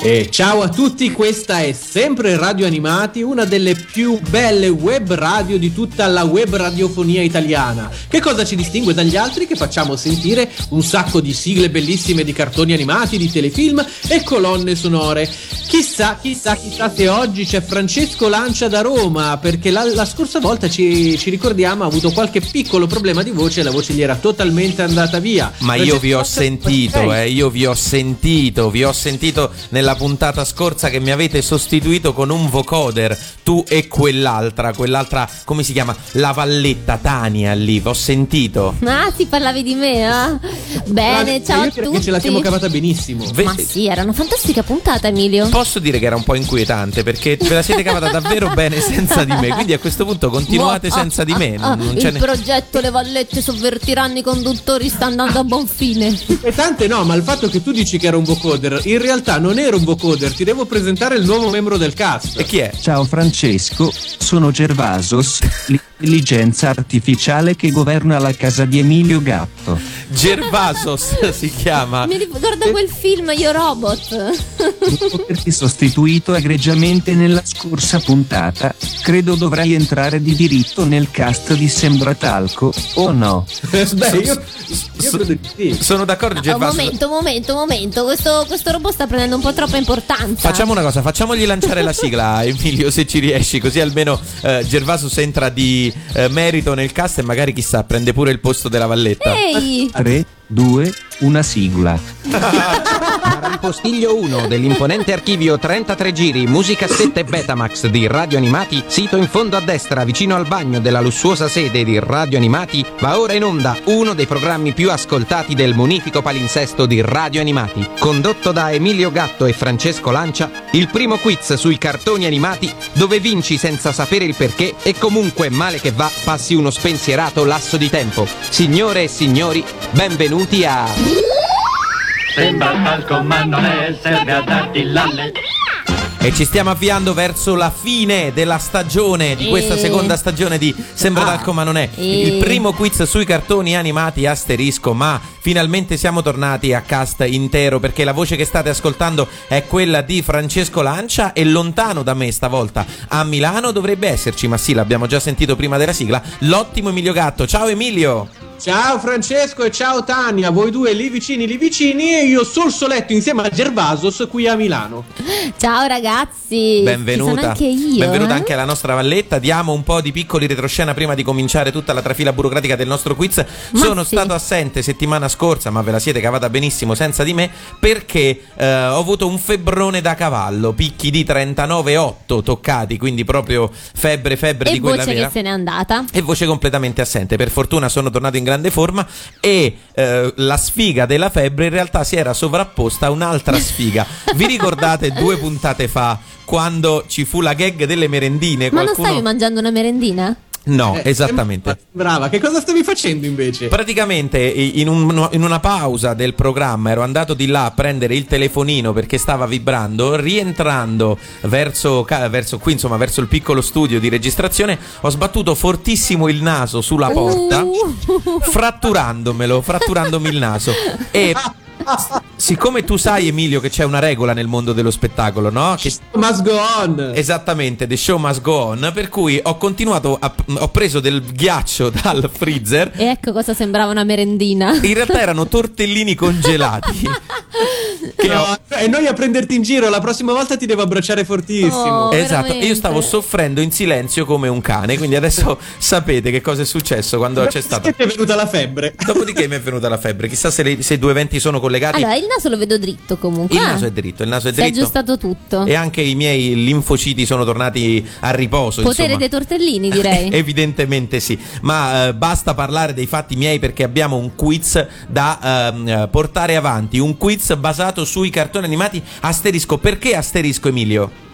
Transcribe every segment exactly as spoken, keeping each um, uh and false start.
E ciao a tutti, questa è sempre Radio Animati, una delle più belle web radio di tutta la web radiofonia italiana. Che cosa ci distingue dagli altri? Che facciamo sentire un sacco di sigle bellissime di cartoni animati, di telefilm e colonne sonore. Chissà, chissà, chissà se oggi c'è Francesco Lancia da Roma, perché la, la scorsa volta ci, ci ricordiamo ha avuto qualche piccolo problema di voce, la voce gli era totalmente andata via. Ma Francesco io vi ho Lancia, sentito, eh, io vi ho sentito, vi ho sentito nella puntata scorsa che mi avete sostituito con un vocoder, tu e quell'altra, quell'altra, come si chiama? La Valletta, Tania lì, ho sentito. Ah, ti parlavi di me, eh? Bene, Ma ciao io a credo tutti. che ce la siamo cavata benissimo. Ve- Ma sì, era una fantastica puntata, Emilio. Posso dire che era un po' inquietante perché ve la siete cavata davvero bene senza di me, quindi a questo punto continuate Mo- senza di me. ah, Non, non ah, c'è il ne- progetto Le Vallette sovvertiranno i conduttori sta andando a buon fine. E tante no, ma il fatto che tu dici che era un vocoder, in realtà non era un vocoder, ti devo presentare il nuovo membro del cast. E chi è? Ciao Francesco, sono Gervasos, l'intelligenza artificiale che governa la casa di Emilio Gatto. Gervasos si chiama. Mi ricorda quel film Io Robot. Dopo averti sostituito egregiamente nella scorsa puntata, credo dovrai entrare di diritto nel cast di Sembratalco, o no? Beh, io, io credo di sì. Sono d'accordo, Un Gervasos. momento, un momento, un momento. Questo, questo robot sta prendendo un po' troppa importanza. Facciamo una cosa, facciamogli lanciare la sigla, Emilio, se ci riesci, così almeno eh, Gervasos entra di eh, merito nel cast e magari chissà prende pure il posto della Valletta. Ehi! tre, due, una sigla. Dal ripostiglio uno dell'imponente archivio trentatré giri, musicassette Betamax di Radio Animati, sito in fondo a destra vicino al bagno della lussuosa sede di Radio Animati, va ora in onda uno dei programmi più ascoltati del munifico palinsesto di Radio Animati. Condotto da Emilio Gatto e Francesco Lancia, il primo quiz sui cartoni animati dove vinci senza sapere il perché e comunque male che va passi uno spensierato lasso di tempo. Signore e signori, benvenuti a... Sembratalco ma non è, serve a darti l'alle. E ci stiamo avviando verso la fine della stagione, di questa Eh. seconda stagione di Sembratalco ma non è. Eh. Il primo quiz sui cartoni animati asterisco, ma finalmente siamo tornati a cast intero perché la voce che state ascoltando è quella di Francesco Lancia e lontano da me stavolta a Milano dovrebbe esserci, ma sì, l'abbiamo già sentito prima della sigla, l'ottimo Emilio Gatto. Ciao Emilio! Ciao Francesco e ciao Tania, voi due lì vicini lì vicini e io sul soletto insieme a Gervasos qui a Milano. Ciao ragazzi. Benvenuta. Ci sono anche io. Benvenuta eh? anche alla nostra Valletta. Diamo un po' di piccoli retroscena prima di cominciare tutta la trafila burocratica del nostro quiz. Ma Sono sì. stato assente settimana scorsa, ma ve la siete cavata benissimo senza di me, perché eh, ho avuto un febbrone da cavallo, picchi di trentanove virgola otto toccati, quindi proprio febbre, febbre E di quella voce vera. che se n'è andata. E voce completamente assente. Per fortuna sono tornato in grande forma e eh, la sfiga della febbre in realtà si era sovrapposta a un'altra sfiga. Vi ricordate due puntate fa quando ci fu la gag delle merendine? Ma non Qualcuno... stavi mangiando una merendina? No, Eh, esattamente. Brava, che cosa stavi facendo invece? Praticamente in, un- in una pausa del programma ero andato di là a prendere il telefonino perché stava vibrando, rientrando verso, ca- verso qui, insomma, verso il piccolo studio di registrazione, ho sbattuto fortissimo il naso sulla porta, Uh. fratturandomelo, fratturandomi il naso. E siccome tu sai, Emilio, che c'è una regola nel mondo dello spettacolo, no? Che Must go on. Esattamente, the show must go on. Per cui ho continuato, a, ho preso del ghiaccio dal freezer. E ecco cosa sembrava una merendina. In realtà erano tortellini congelati. Che No, ho- e noi a prenderti in giro, la prossima volta ti devo abbracciare fortissimo. Oh. Esatto, veramente. io stavo soffrendo in silenzio come un cane. Quindi adesso sapete che cosa è successo quando c'è stato. Ti è venuta la febbre. Dopodiché mi è venuta la febbre. Chissà se, le- se i due eventi sono collegati. Allora, il naso lo vedo dritto comunque. Il Ah, naso è dritto, il naso è si è dritto. aggiustato tutto. E anche i miei linfociti sono tornati a riposo. Potere insomma. dei tortellini, direi. Evidentemente sì, ma eh, basta parlare dei fatti miei perché abbiamo un quiz da ehm, portare avanti, un quiz basato sui cartoni animati asterisco. Perché asterisco, Emilio?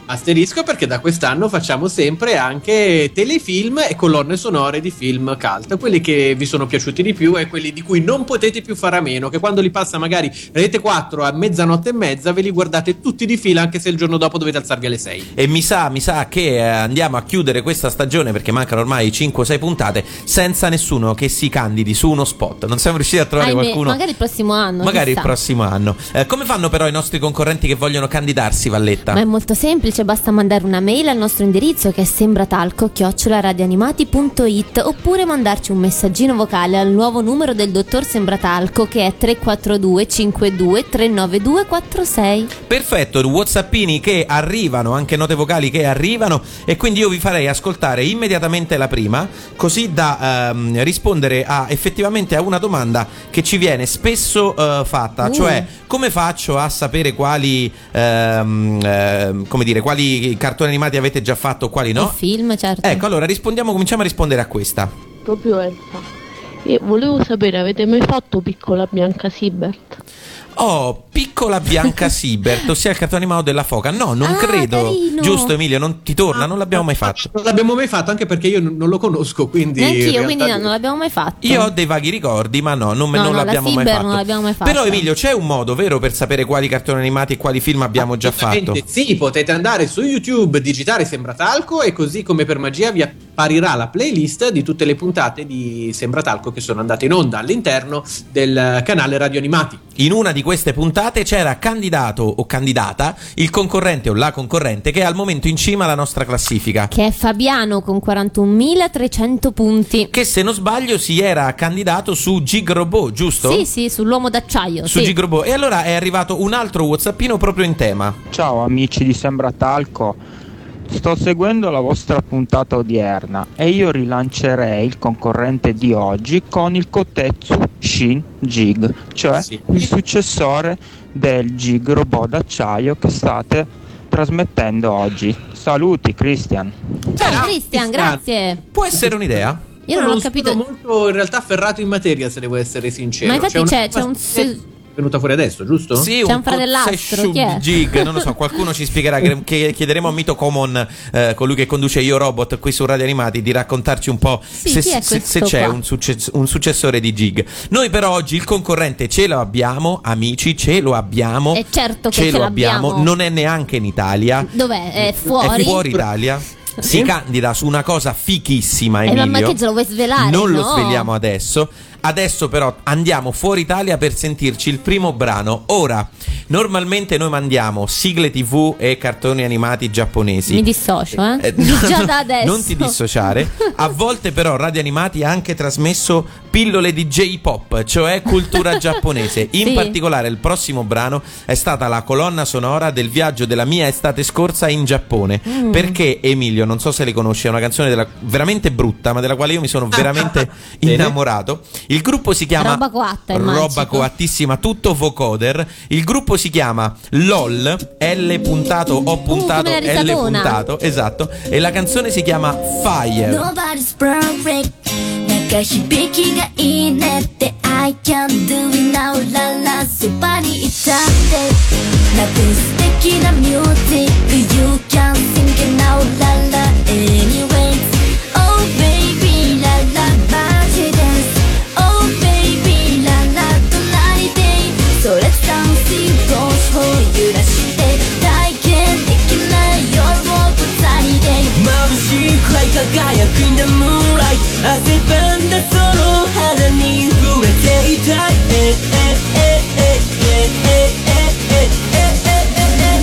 Asterisco perché da quest'anno facciamo sempre anche telefilm e colonne sonore di film cult, quelli che vi sono piaciuti di più e quelli di cui non potete più fare a meno, che quando li passa magari Rete quattro a mezzanotte e mezza ve li guardate tutti di fila, anche se il giorno dopo dovete alzarvi alle sei. E mi sa, mi sa che eh, andiamo a chiudere questa stagione, perché mancano ormai cinque o sei puntate, senza nessuno che si candidi su uno spot. Non siamo riusciti a trovare Ahimè, qualcuno. magari il prossimo anno. Magari il chissà. prossimo anno. Eh, come fanno però i nostri concorrenti che vogliono candidarsi, Valletta? Ma è molto semplice, basta mandare una mail al nostro indirizzo che è sembratalco chiocciola radioanimati punto it oppure mandarci un messaggino vocale al nuovo numero del dottor Sembratalco che è tre quattro due cinque due tre nove due quattro sei. Perfetto, whatsappini che arrivano, anche note vocali che arrivano, e quindi io vi farei ascoltare immediatamente la prima, così da ehm, rispondere a effettivamente a una domanda che ci viene spesso eh, fatta, Uh. cioè come faccio a sapere quali ehm, ehm, come dire, quali cartoni animati avete già fatto, quali no? Il film, certo. Ecco, allora rispondiamo, cominciamo a rispondere a questa. Proprio Elsa. E volevo sapere, avete mai fatto Piccola Bianca Sibert? Oh, Piccola Bianca Sibert, ossia il cartone animato della foca. No, non Ah, credo. carino. Giusto, Emilio, non ti torna, non l'abbiamo mai fatto. Non l'abbiamo mai fatto, anche perché io non non lo conosco, quindi in Neanch'io, realtà- quindi no, non l'abbiamo mai fatto. Io ho dei vaghi ricordi, ma no, non, me- No, non no, la l'abbiamo mai Cyber fatto. non l'abbiamo mai fatta. Però Emilio, c'è un modo, vero, per sapere quali cartoni animati e quali film abbiamo già fatto? Assolutamente sì, potete andare su YouTube, digitare Sembratalco e così come per magia vi apparirà la playlist di tutte le puntate di Sembratalco che sono andate in onda all'interno del canale Radio Animati. In una di queste puntate c'era candidato o candidata il concorrente o la concorrente che è al momento in cima alla nostra classifica, Che è Fabiano con quarantunomilatrecento punti. che se non sbaglio si era candidato su Gig Robot, giusto? Sì, sì, sull'uomo d'acciaio. Su sì. Gig Robot. E allora è arrivato un altro whatsappino proprio in tema. Ciao amici di Sembratalco, sto seguendo la vostra puntata odierna e io rilancerei il concorrente di oggi con il Kotetsu Shin Jig, cioè Sì. il successore del Jig Robot d'acciaio che state trasmettendo oggi. Saluti Christian. Ciao Ciao, Christian, Cristian. grazie. Può essere un'idea? Io non ho sono capito. molto in realtà ferrato in materia, se devo essere sincero. Ma infatti una c'è- c'è un cosa venuta fuori adesso, giusto? Sì, C'è un un fratellastro, Kotetsu chi è? Jig, non lo so, qualcuno ci spiegherà, che, che chiederemo a Mito Common, eh, colui che conduce Io Robot qui su Radio Animati, di raccontarci un po' Sì, se, chi è se- se questo c'è qua? un, succes- un successore di Jig. Noi però oggi il concorrente ce lo abbiamo, amici, ce lo abbiamo. E certo che ce ce lo l'abbiamo. abbiamo, non è neanche in Italia. Dov'è? È fuori? È fuori Italia. Si candida su una cosa fichissima, Eh, Emilio. ma che ce lo vuoi svelare? Non lo No. sveliamo adesso. Adesso però andiamo fuori Italia per sentirci il primo brano. Ora, normalmente noi mandiamo sigle tivù e cartoni animati giapponesi. Mi dissocio, eh? Eh, no, Già no, da adesso. non ti dissociare. A volte però Radio Animati ha anche trasmesso pillole di J-pop, cioè cultura giapponese. In Sì. particolare il prossimo brano è stata la colonna sonora del viaggio della mia estate scorsa in Giappone. Mm. Perché Emilio, non so se le conosci, è una canzone della- veramente brutta, ma della quale io mi sono veramente Bene. innamorato. Il gruppo si chiama Roba coatta, immagino. Roba coattissima, tutto vocoder. Il gruppo si chiama LOL, L puntato O puntato Uh, come la L risatona. puntato, esatto. E la canzone si chiama Fire. Nobody's perfect なんか響きがいいねって I can do it now ララそばにいたってなんて素敵なミュージック You can sing it now ララ Anyways Oh baby ララマジです Oh baby ララ隣でそれダンシングを揺らして体験できない夜を二人で眩しいくらい輝く in the moonlight 汗ばんだその肌に触れていたいええええええええええええ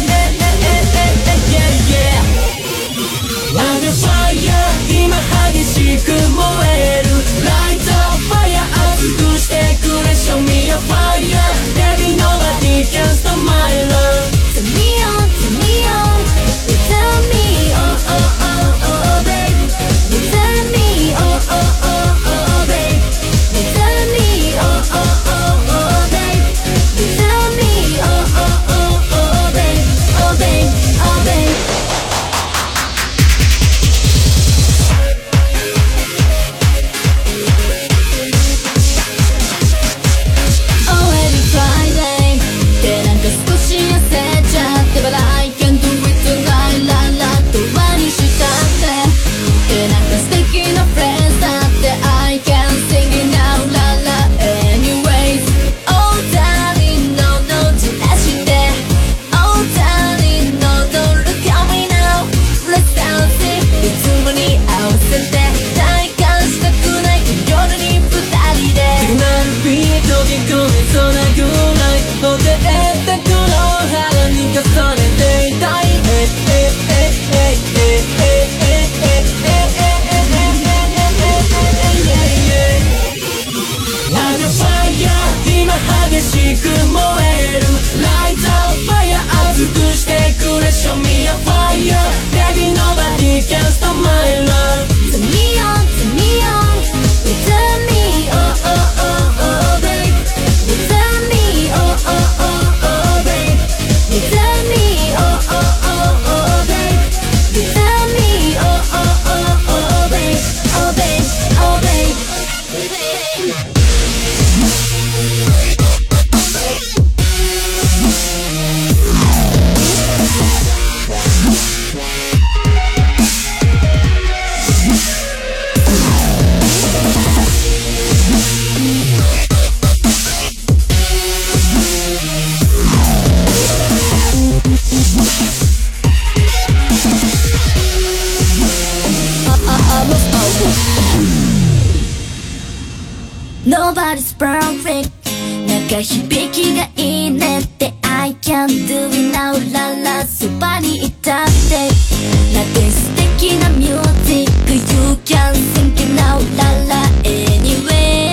is perfect 中響きがいいねって I can do it now ララそばにいたってなんて素敵なミュージック You can sing it now ララ anyway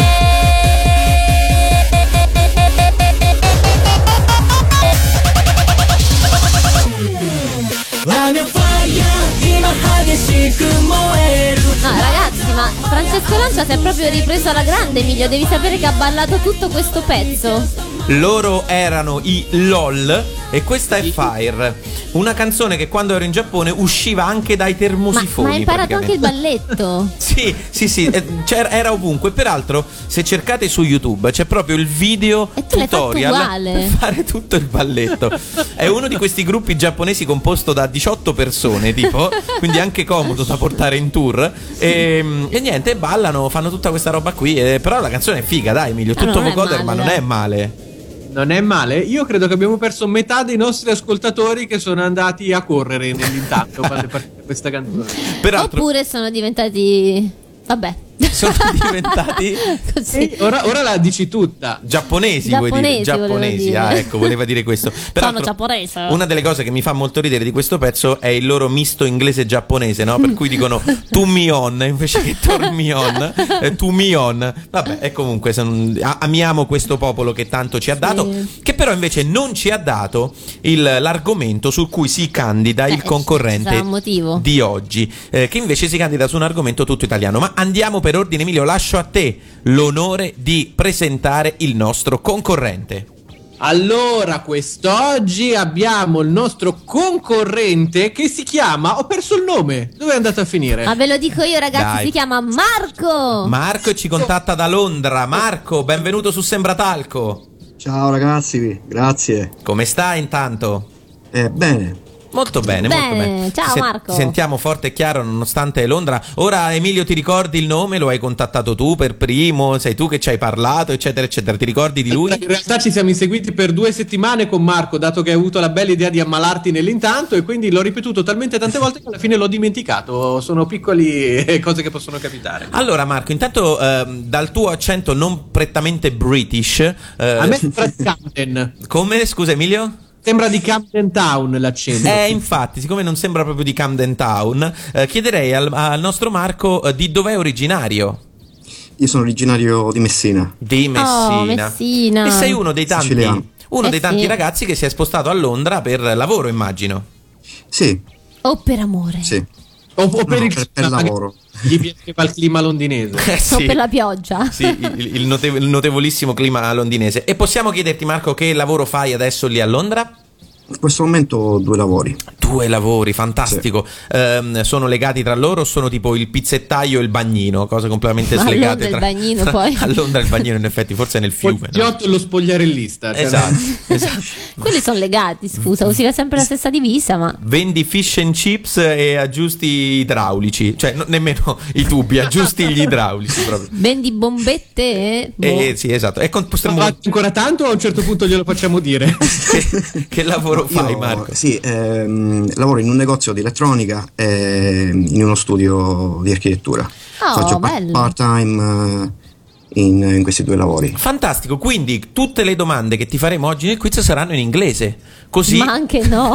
I'm on fire 今激しく燃える No ragazzi, ma Francesco Lancia si è proprio ripreso alla grande, Emilio, devi sapere che ha ballato tutto questo pezzo. Loro erano i LOL e questa è Fire, una canzone che quando ero in Giappone usciva anche dai termosifoni. Ma, ma hai imparato anche il balletto? Sì, sì, sì, era ovunque. Peraltro, se cercate su YouTube c'è proprio il video e tu tutorial per fare tutto il balletto. È uno di questi gruppi giapponesi composto da diciotto persone, tipo, quindi anche comodo da portare in tour. E, e niente, ballano, fanno tutta questa roba qui. E, però la canzone è figa, dai, Emilio. Tutto ah, vocoder, ma non è male. Non è male. Io credo che abbiamo perso metà dei nostri ascoltatori che sono andati a correre nell'intanto quando è partita questa canzone. Peraltro, oppure sono diventati... vabbè. Sono diventati così. Ora, ora la dici tutta. Giapponesi, Giapponesi vuoi dire? Giapponesi, dire. ah, ecco, voleva dire questo. Peraltro, sono giapponese. Una delle cose che mi fa molto ridere di questo pezzo è il loro misto inglese-giapponese, no? Per cui dicono tu mi on invece che tormi on, eh, tu mi on. Vabbè, e comunque son, amiamo questo popolo che tanto ci ha dato, sì. Che però invece non ci ha dato il, l'argomento su cui si candida eh, il concorrente di oggi, eh, che invece si candida su un argomento tutto italiano. Ma andiamo per ordine, Emilio, lascio a te l'onore di presentare il nostro concorrente. Allora, quest'oggi abbiamo il nostro concorrente che si chiama... Ho perso il nome. Dove è andato a finire? Ma ve lo dico io, ragazzi, Dai. Si chiama Marco. Marco ci contatta da Londra. Marco, benvenuto su Sembratalco. Ciao ragazzi, grazie. Come stai intanto? Eh, bene. Molto bene, bene, molto bene. Ciao Se- Marco. Sentiamo forte e chiaro nonostante Londra. Ora Emilio, ti ricordi il nome? Lo hai contattato tu per primo? Sei tu che ci hai parlato, eccetera, eccetera. Ti ricordi di lui? In realtà ci siamo inseguiti per due settimane con Marco, dato che hai avuto la bella idea di ammalarti nell'intanto, e quindi l'ho ripetuto talmente tante volte che alla fine l'ho dimenticato. Sono piccoli cose che possono capitare. Allora Marco, intanto eh, dal tuo accento non prettamente British, eh, a me sembra di Camden. Come? Scusa Emilio? Sembra di Camden Town l'accento. Eh, infatti, siccome non sembra proprio di Camden Town, eh, chiederei al, al nostro Marco eh, di dov'è originario. Io sono originario di Messina. Di Messina. Oh, Messina. E sei uno dei tanti, Siciliano. uno Eh dei tanti sì. ragazzi che si è spostato a Londra per lavoro, immagino. Sì. O per amore. Sì. O, o per No, il per, per lavoro. Gli piaceva il clima londinese. Eh, sì. O per la pioggia. Sì, il, il, notev- il notevolissimo clima londinese. E possiamo chiederti, Marco, che lavoro fai adesso lì a Londra? In questo momento due lavori. Due lavori, fantastico. Sì. Ehm, sono legati tra loro o sono tipo il pizzettaio e il bagnino? Cose completamente Ma slegate. A Londra tra... il bagnino poi. A Londra il bagnino in effetti forse è nel fiume. Il Giotto e lo spogliarellista. Cioè Esatto, esatto. Quelli sono legati, scusa, usi sempre la stessa divisa, ma... Vendi fish and chips e aggiusti idraulici. Cioè no, nemmeno i tubi, aggiusti gli idraulici proprio. Vendi bombette e... Boh. Eh sì, esatto. E con, potremmo... Ma ancora tanto o a un certo punto glielo facciamo dire? che, che lavoro fai, Io, Marco? Sì, ehm, lavoro in un negozio di elettronica e in uno studio di architettura. Oh, Faccio bello. part time uh, in, in questi due lavori. Fantastico, quindi tutte le domande che ti faremo oggi nel quiz saranno in inglese. Così... Ma anche no.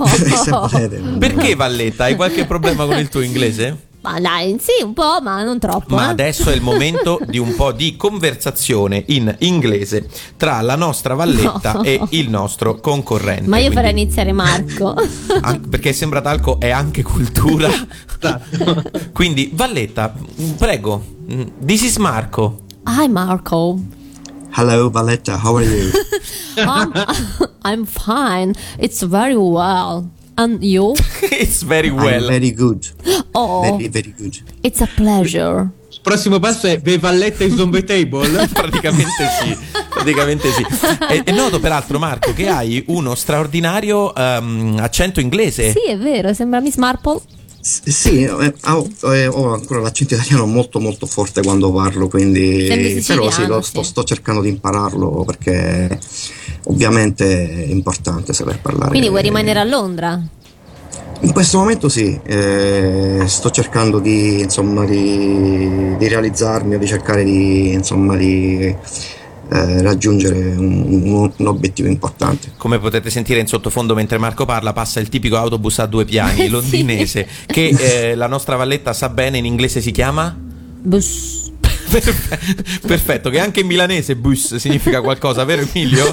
Se volete. Perché Valletta? Hai qualche problema con il tuo inglese? Ma dai, sì, un po', ma non troppo. Ma eh. adesso è il momento di un po' di conversazione in inglese tra la nostra Valletta No. e il nostro concorrente. Ma io Quindi- farei iniziare Marco. an- perché Sembratalco è anche cultura. Quindi Valletta, prego. This is Marco. Hi Marco. Hello Valletta, how are you? I'm, I'm fine. It's very well. And you? It's very I'm well. very good. Oh, Very, very good. it's a pleasure. Il prossimo passo è The Valletta is on the table. Praticamente sì, praticamente sì. È, è noto peraltro, Marco, che hai uno straordinario ehm, accento inglese. Sì, è vero, sembra Miss Marple. S- sì, eh, ho, eh, ho ancora l'accento italiano molto molto forte quando parlo, quindi Sembri siciliano, però sì, lo sto, sì. sto cercando di impararlo perché ovviamente è importante saper parlare. Quindi vuoi rimanere a Londra? In questo momento sì, eh, sto cercando di, insomma, di, di realizzarmi o di cercare di, insomma, di eh, raggiungere un, un, un obiettivo importante. Come potete sentire in sottofondo mentre Marco parla, passa il tipico autobus a due piani londinese che eh, la nostra Valletta sa bene, in inglese si chiama? Bus. Perfetto, che anche in milanese bus significa qualcosa, vero Emilio?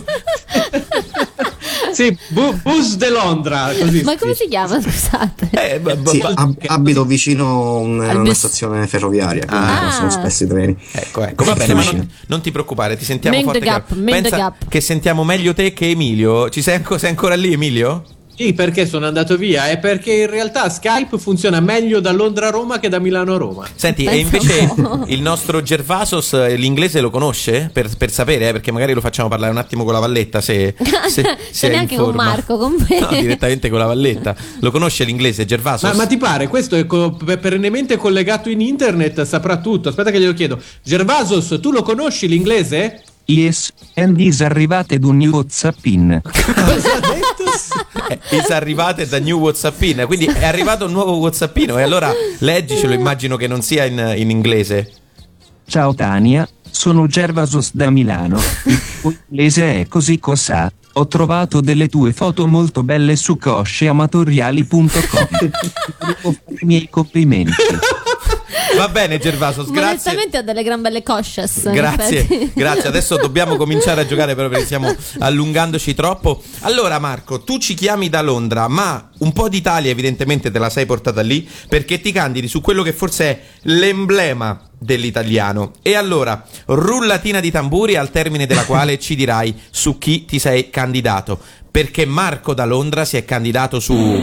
Sì, bu- bus de Londra, così. Ma come si chiama, scusate? Eh, b- b- Sì, b- ab- abito vicino a un, Al una bus- stazione ferroviaria, quindi Ah. sono spesso i treni. Ecco, ecco, va bene, ma non, non ti preoccupare, ti sentiamo Mind forte the gap, chiaro. mind the Pensa gap. che sentiamo meglio te che Emilio. Ci sei, anco- sei ancora lì, Emilio? Sì, perché sono andato via? È perché in realtà Skype funziona meglio da Londra a Roma che da Milano a Roma. Senti, e Pensa invece un po'. il nostro Gervasos eh, l'inglese lo conosce? Per, per sapere, eh, perché magari lo facciamo parlare un attimo con la Valletta, se, se, se Cioè è neanche in con forma. Marco, con me. No, direttamente con la Valletta. Lo conosce l'inglese Gervasos? Ma, ma ti pare? Questo è co- perennemente collegato in internet, saprà tutto. Aspetta che glielo chiedo. Gervasos, tu lo conosci l'inglese? Yes, and is arrivate un new WhatsAppin. Cosa ha detto? Eh, is arrivate da new WhatsAppino, quindi è arrivato un nuovo WhatsAppino e allora leggicelo, immagino che non sia in, in inglese. Ciao Tania, sono Gervasos da Milano. Il tuo inglese è così cos'ha. Ho trovato delle tue foto molto belle su cosceamatoriali punto com. Volevo fare i miei complimenti. Va bene Gervasos, Ma grazie. onestamente ho delle gran belle coscias. in Grazie, effetti. grazie. Adesso dobbiamo cominciare a giocare però perché stiamo allungandoci troppo. Allora Marco, tu ci chiami da Londra, ma un po' d'Italia evidentemente te la sei portata lì perché ti candidi su quello che forse è l'emblema dell'italiano. E allora, rullatina di tamburi al termine della quale ci dirai su chi ti sei candidato. Perché Marco da Londra si è candidato su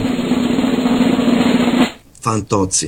Fantozzi.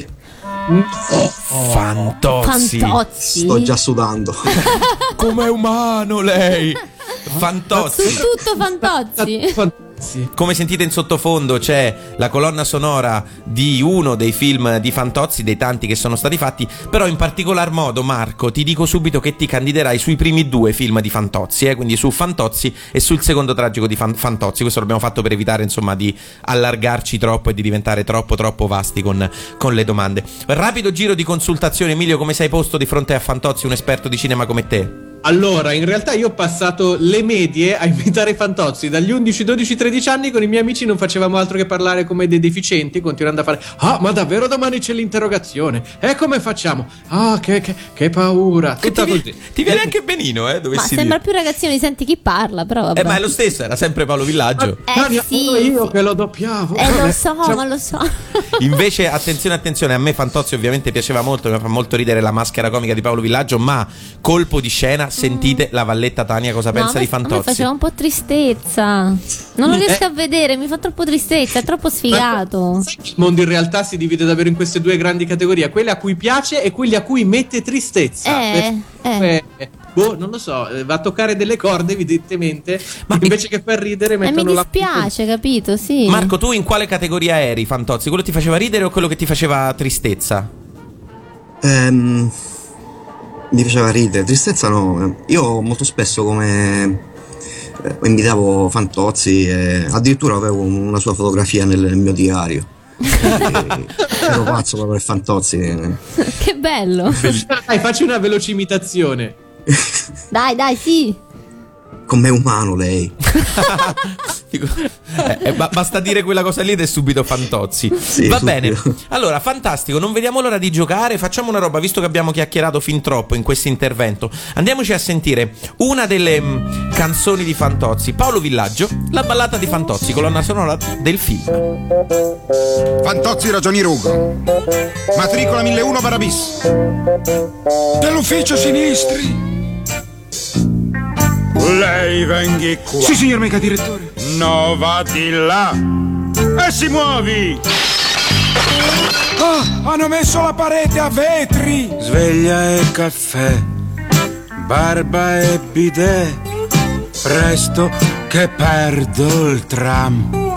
Fantozzi. Fantozzi. Sto già sudando. Com'è umano lei? Fantozzi. Su tutto Fantozzi. Fantozzi. Come sentite in sottofondo c'è la colonna sonora di uno dei film di Fantozzi, dei tanti che sono stati fatti, però in particolar modo Marco ti dico subito che ti candiderai sui primi due film di Fantozzi, eh? Quindi su Fantozzi e sul secondo tragico di Fan- Fantozzi. Questo l'abbiamo fatto per evitare insomma di allargarci troppo e di diventare troppo troppo vasti con, con le domande. Rapido giro di consultazione. Emilio, come sei posto di fronte a Fantozzi, un esperto di cinema come te? Allora, in realtà io ho passato le medie a imitare Fantozzi. Dagli undici, dodici, tredici anni con i miei amici non facevamo altro che parlare come dei deficienti, continuando a fare: ah, ma davvero domani c'è l'interrogazione? E come facciamo? Ah, che, che, che paura. Tutta ti, così. Ti viene anche benino, eh? Ma Dovessi sembra dire. più ragazzino di Senti chi parla, però vabbè. Eh, ma è lo stesso, era sempre Paolo Villaggio. Eh, Tania, sì, sono io sì. che lo doppiavo. Eh, lo Vabbè, so, cioè- ma lo so. Invece, attenzione, attenzione, a me Fantozzi ovviamente piaceva molto, mi fa molto ridere la maschera comica di Paolo Villaggio, ma colpo di scena, sentite la Valletta Tania cosa No, pensa a me- di A me Fantozzi. faceva un po' tristezza. Non lo Eh. riesco a vedere, mi fa troppo tristezza, è troppo sfigato. Il mondo in realtà si divide davvero in queste due grandi categorie: quelli a cui piace e quelli a cui mette tristezza. Eh, Per- eh, boh, non lo so, eh, va a toccare delle corde evidentemente, ma invece che far ridere E mi mettono la dispiace, capito? Sì. Marco, tu in quale categoria eri, Fantozzi? Quello che ti faceva ridere o quello che ti faceva tristezza? Ehm, mi faceva ridere, tristezza no. Io molto spesso come eh, imitavo Fantozzi e addirittura avevo una sua fotografia nel, nel mio diario. E ero pazzo proprio per Fantozzi. Che bello. Dai, facci una veloce imitazione. Dai, dai, sì. Com'è umano lei. Dico, eh, eh, ba- basta dire quella cosa lì ed è subito Fantozzi. Sì, Va subito. bene. Allora, fantastico, non vediamo l'ora di giocare. Facciamo una roba, visto che abbiamo chiacchierato fin troppo in questo intervento. Andiamoci a sentire una delle mh, canzoni di Fantozzi. Paolo Villaggio, la ballata di Fantozzi, colonna sonora del film. Fantozzi ragionier Ugo. Matricola milleuno Barabis. Dell'ufficio sinistri. Lei venghi qua. Sì, signor mega direttore. No, va di là. E si muovi. Ah, hanno messo la parete a vetri. Sveglia e caffè. Barba e bidet. Presto che perdo il tram.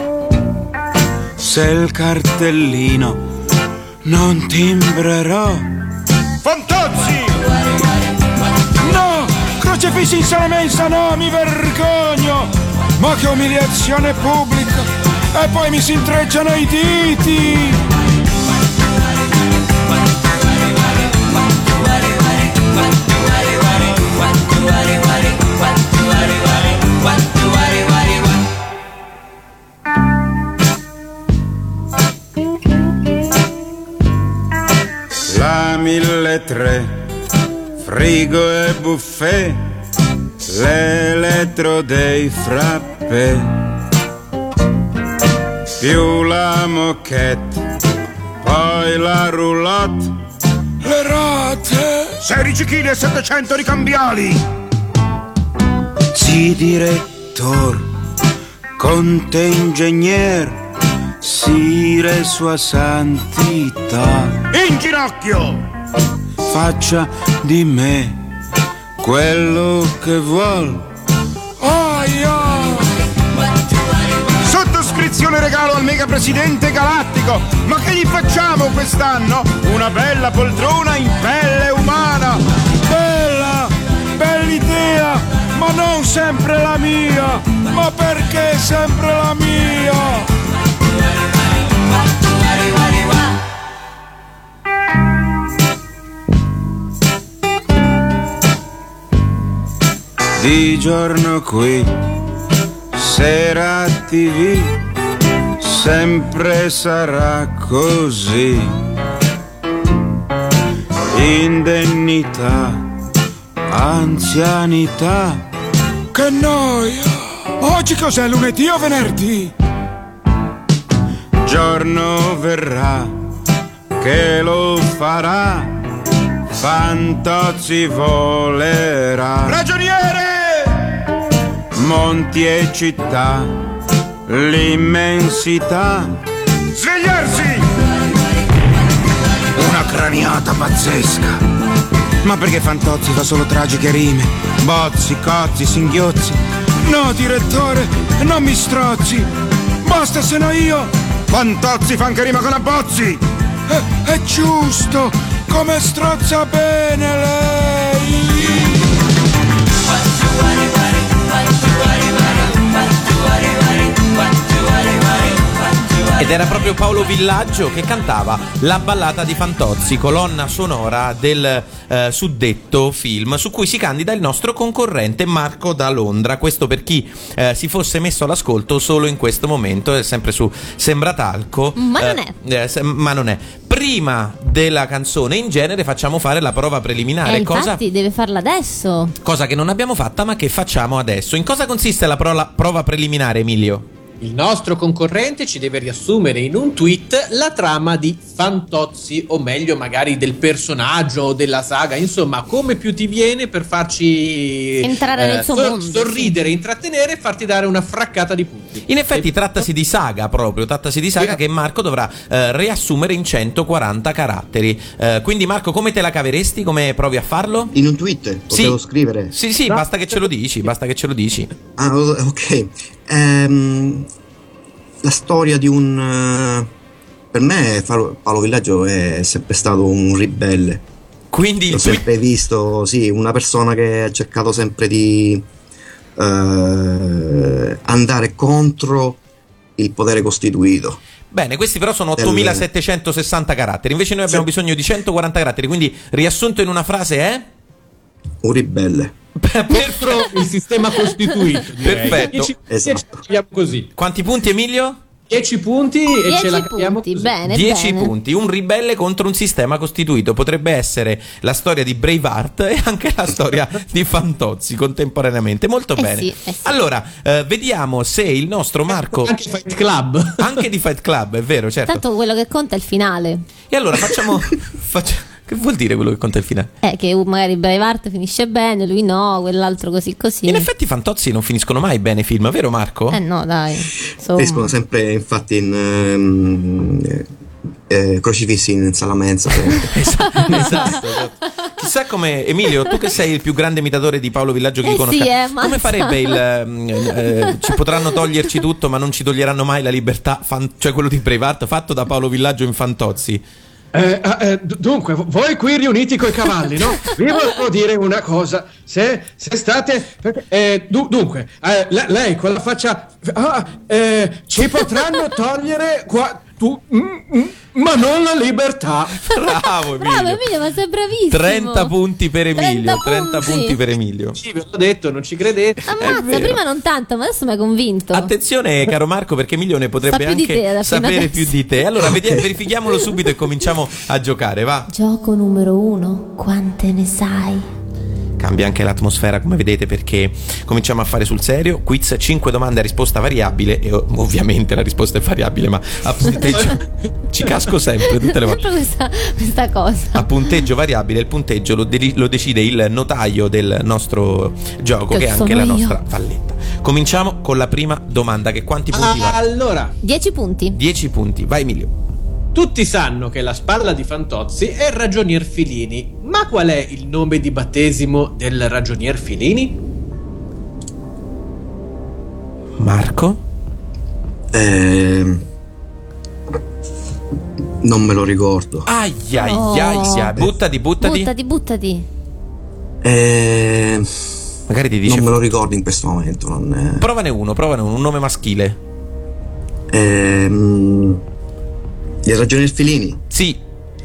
Se il cartellino non timbrerò. Fantozzi! No! Crocefissi in sala mensa, no, mi vergogno! Ma che umiliazione pubblica! e poi mi si intrecciano i diti. La mille tre, frigo e buffet, l'elettro dei frappè, più la moquette, poi la roulotte, le rate, sedici chili e settecento ricambiali. Sì, direttor, conte ingegner, sire sua santità, in ginocchio, faccia di me quello che vuol. Aia! Sottoscrizione regalo al mega presidente galattico. Ma che gli facciamo quest'anno? Una bella poltrona in pelle umana. Bella, bella idea, ma non sempre la mia. Ma perché sempre la mia? Di giorno qui, sera tivù, sempre sarà così. Indennità, anzianità. Che noia! Oggi cos'è, lunedì o venerdì? Giorno verrà che lo farà, Fantozzi volerà. Ragioniere! Monti e città, l'immensità. Svegliarsi! Una craniata pazzesca. Ma perché Fantozzi fa solo tragiche rime? Bozzi, cozzi, singhiozzi. No, direttore, non mi strozzi. Basta, se no io... Fantozzi fa anche rima con abbozzi. È, è giusto, come strozza bene lei. Ed era proprio Paolo Villaggio che cantava la ballata di Fantozzi, colonna sonora del eh, suddetto film, su cui si candida il nostro concorrente Marco da Londra. Questo per chi eh, si fosse messo all'ascolto solo in questo momento, è sempre su Sembratalco. Ma non è. Eh, eh, se, ma non è. Prima della canzone in genere facciamo fare la prova preliminare. Eh, cosa, infatti deve farla adesso. Cosa che non abbiamo fatta ma che facciamo adesso. In cosa consiste la pro- prova preliminare, Emilio? Il nostro concorrente ci deve riassumere in un tweet la trama di Fantozzi, o meglio magari del personaggio o della saga, insomma come più ti viene, per farci entrare nel suo sor- mondo, sorridere, sì. Intrattenere e farti dare una fraccata di punti. In effetti trattasi di saga proprio, trattasi di saga che Marco dovrà eh, riassumere in centoquaranta caratteri. Eh, quindi Marco, come te la caveresti? Come provi a farlo? In un tweet? Potevo sì. scrivere? Sì, sì, no. basta che ce lo dici, basta che ce lo dici. Ah, ok. Ehm, la storia di un... Uh, per me Paolo Villaggio è sempre stato un ribelle. Quindi l'ho sempre visto, sì, una persona che ha cercato sempre di uh, andare contro il potere costituito. Bene, questi però sono ottomilasettecentosessanta caratteri, invece noi abbiamo sì. bisogno di centoquaranta caratteri, quindi riassunto in una frase è? Un ribelle. Contro il sistema costituito, direi. Perfetto. dieci, esatto. dieci così. Quanti punti, Emilio? dieci punti e dieci ce la punti, capiamo così. Bene, dieci bene. punti, un ribelle contro un sistema costituito. Potrebbe essere la storia di Braveheart e anche la storia di Fantozzi contemporaneamente. Molto eh bene. Sì, eh sì. Allora, eh, vediamo se il nostro Marco... Anche Fight Club. Anche di Fight Club, è vero, certo. Tanto quello che conta è il finale. E allora facciamo... facciamo... Che vuol dire quello che conta il finale? Eh, che magari Braveheart finisce bene, lui no, quell'altro così così. In effetti Fantozzi non finiscono mai bene i film, vero Marco? Eh no, dai. Insomma. Finiscono sempre infatti in um, eh, crocifissi in sala mensa. esatto, esatto, esatto. Chissà come, Emilio, tu che sei il più grande imitatore di Paolo Villaggio che eh conosca, sì, eh, come farebbe il eh, ci potranno toglierci tutto ma non ci toglieranno mai la libertà, fan, cioè quello di Braveheart fatto da Paolo Villaggio in Fantozzi? Eh, eh, dunque, voi qui riuniti coi cavalli, no? Vi volevo dire una cosa. Se, se state. Eh, du, dunque, eh, le, lei con la faccia. Ah, eh, ci potranno togliere qua. Tu, mm, mm, ma non la libertà. Bravo Emilio. Bravo Emilio, ma sei bravissimo. trenta punti per Emilio. trenta trenta punti per Emilio. Sì, vi ho detto, non ci credete. Ammazza, prima non tanto, ma adesso mi hai convinto. Attenzione, caro Marco, perché Emilio ne potrebbe Sa più di anche te, alla fine sapere adesso. più di te. Allora, vediamo, verifichiamolo subito e cominciamo a giocare, va. Gioco numero uno, quante ne sai? Cambia anche l'atmosfera, come vedete, perché cominciamo a fare sul serio. Quiz cinque domande a risposta variabile. E ov- ovviamente la risposta è variabile, ma a punteggio ci casco sempre tutte le volte. Sempre questa, questa cosa. A punteggio variabile, il punteggio lo, de- lo decide il notaio del nostro gioco, Che che è anche sono la io. nostra valletta. Cominciamo con la prima domanda, che quanti punti va? Allora, dieci punti. dieci punti, vai Emilio. tutti sanno che la spalla di Fantozzi è il ragionier Filini, ma qual è il nome di battesimo del ragionier Filini? Marco? Eh, non me lo ricordo. Ai ai Oh. ai ai. Buttati, buttati. Buttati, buttati. Eh, Magari ti dice. non me lo ricordo in questo momento. Non è... Provane uno, provane uno, un nome maschile. Ehm, il ragionier Filini? Sì.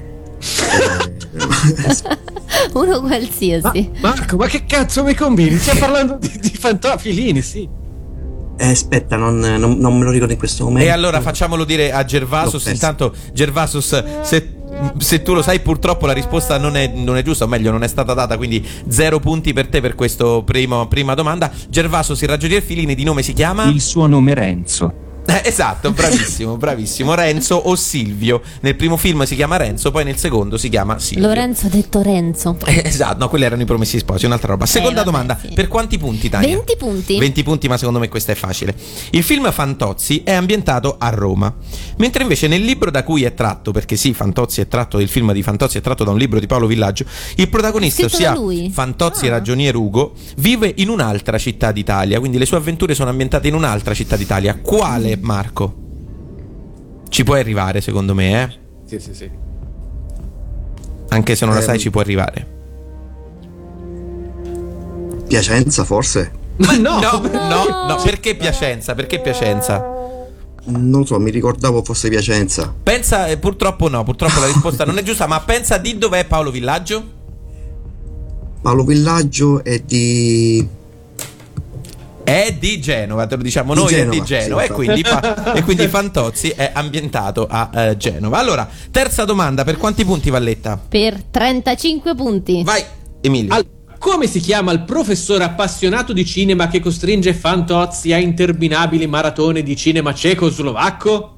Uno qualsiasi. Marco, ma che cazzo mi combini? Stiamo parlando di, di Fantozzi Filini, sì. Eh, aspetta, non, non- non me lo ricordo in questo momento. E allora facciamolo dire a Gervasos. L'ho Intanto, Gervasos, se, se tu lo sai, purtroppo la risposta non è, non è giusta, o meglio, non è stata data. Quindi zero punti per te per questa prima domanda. Gervasos, il ragionier Filini, di nome si chiama? Il suo nome è Renzo. Eh, esatto, bravissimo, bravissimo. Renzo o Silvio. Nel primo film si chiama Renzo, poi nel secondo si chiama Silvio. Lorenzo ha detto Renzo. Eh, esatto, no, quelli erano i Promessi Sposi, un'altra roba. Seconda Eh, vabbè, domanda, sì. per quanti punti, Tania? venti punti. venti punti, ma secondo me questa è facile. Il film Fantozzi è ambientato a Roma, mentre invece nel libro da cui è tratto, perché sì, Fantozzi è tratto, il film di Fantozzi è tratto da un libro di Paolo Villaggio, il protagonista, Scritto da ossia lui? Fantozzi Ah. ragionier Ugo, vive in un'altra città d'Italia, quindi le sue avventure sono ambientate in un'altra città d'Italia. Quale, Marco? Ci puoi arrivare, secondo me, eh? Sì, sì, sì. Anche se non la Ehm. sai, ci puoi arrivare. Piacenza, forse? Ma no! No, no, no, perché Piacenza? Perché Piacenza? Non so, mi ricordavo fosse Piacenza. Pensa, eh, purtroppo no, purtroppo la risposta non è giusta, ma pensa di dov'è Paolo Villaggio? Paolo Villaggio è di... È di Genova, te lo diciamo Di noi, Genova, è di Genova, sì, e, quindi fa- e quindi Fantozzi è ambientato a eh, Genova. Allora, terza domanda, per quanti punti, Valletta? Per trentacinque punti. Vai, Emilio. Al- come si chiama il professore appassionato di cinema che costringe Fantozzi a interminabili maratone di cinema cecoslovacco?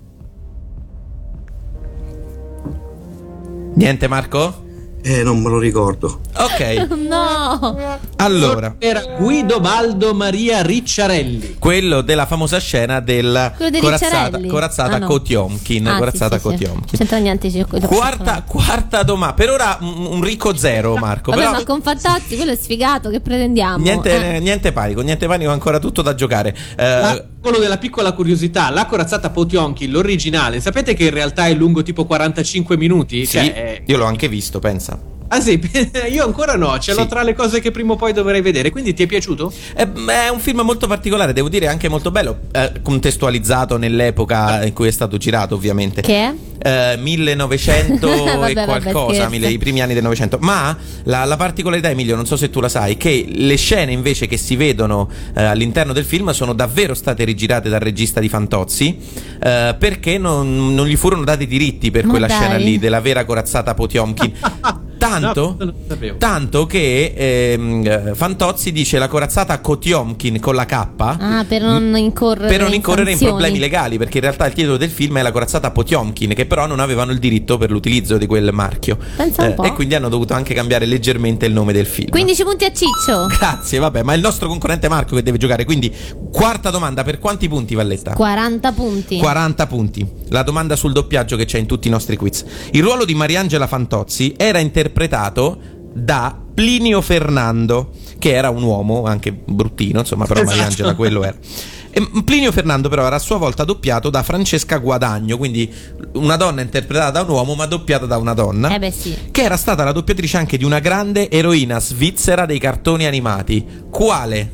Niente, Marco? Eh, non me lo ricordo. Ok, No. allora, Era Guido Baldo Maria Ricciarelli. quello della famosa scena del Quello dei corazzata, Ricciarelli. corazzata Ah, no. Kotiomkin, Ah, corazzata sì, sì, sì. Kotiomkin. C'entra niente. c'è quello- Quarta, quarta domanda. Per ora un, un ricco zero, Marco. Vabbè, però ma con Fantozzi quello è sfigato, che pretendiamo? niente, Eh. niente panico, niente panico, ancora tutto da giocare. Eh, Ah, quello della piccola curiosità, la corazzata Potionkin, l'originale, sapete che in realtà è lungo tipo quarantacinque minuti? sì, Cioè, è- io l'ho anche visto, pensa. Ah sì, io ancora no, ce l'ho Sì. tra le cose che prima o poi dovrei vedere, quindi ti è piaciuto? È, è un film molto particolare, devo dire, anche molto bello, eh, contestualizzato nell'epoca in cui è stato girato, ovviamente. Che è? Eh, millenovecento Vabbè, e vabbè, qualcosa, scherzo. mille- i primi anni del Novecento. Ma la, la particolarità, Emilio, non so se tu la sai, che le scene invece che si vedono eh, all'interno del film sono davvero state rigirate dal regista di Fantozzi, eh, perché non, non gli furono dati i diritti per Ma quella dai. scena lì della vera corazzata Potionkin. Tanto, No, non lo sapevo. tanto che ehm, eh, Fantozzi dice la corazzata Kotiomkin con la K. Ah, per non incorrere Per non incorrere in sanzioni. problemi legali, perché in realtà il titolo del film è la corazzata Potionkin, che però non avevano il diritto per l'utilizzo di quel marchio. Pensa un po'. E quindi hanno dovuto anche cambiare leggermente il nome del film. quindici punti a Ciccio. Grazie, vabbè, ma è il nostro concorrente Marco che deve giocare. Quindi, quarta domanda, per quanti punti, Valletta? quaranta punti. quaranta punti. La domanda sul doppiaggio che c'è in tutti i nostri quiz. Il ruolo di Mariangela Fantozzi era interpretato da Plinio Fernando, che era un uomo anche bruttino, insomma, però Esatto. Mariangela quello era. E Plinio Fernando però era a sua volta doppiato da Francesca Guadagno, quindi una donna interpretata da un uomo ma doppiata da una donna, eh beh, sì. che era stata la doppiatrice anche di una grande eroina svizzera dei cartoni animati. Quale?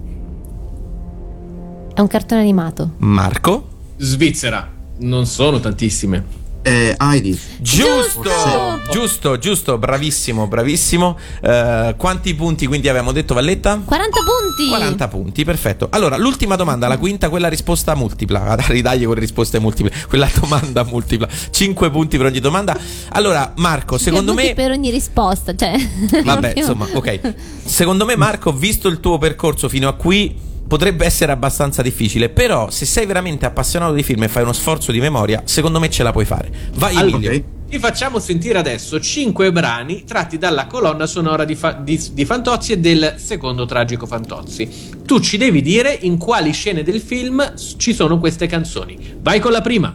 È un cartone animato. Marco? Svizzera. Non sono tantissime. Eh, Heidi. Giusto, giusto, giusto, bravissimo, bravissimo. Uh, quanti punti quindi avevamo detto, Valletta? quaranta punti. quaranta punti, perfetto. Allora, l'ultima domanda, la quinta, quella risposta multipla. Ridagli con risposte multiple. Quella domanda multipla. cinque punti per ogni domanda. Allora, Marco, secondo me per ogni risposta, cioè. Vabbè, insomma, ok. Secondo me, Marco, visto il tuo percorso fino a qui, potrebbe essere abbastanza difficile, però se sei veramente appassionato di film e fai uno sforzo di memoria, secondo me ce la puoi fare. Vai, allora, Emilio. okay. Ti facciamo sentire adesso cinque brani tratti dalla colonna sonora di, fa- di, di Fantozzi e del secondo Tragico Fantozzi. Tu ci devi dire in quali scene del film ci sono queste canzoni. Vai con la prima.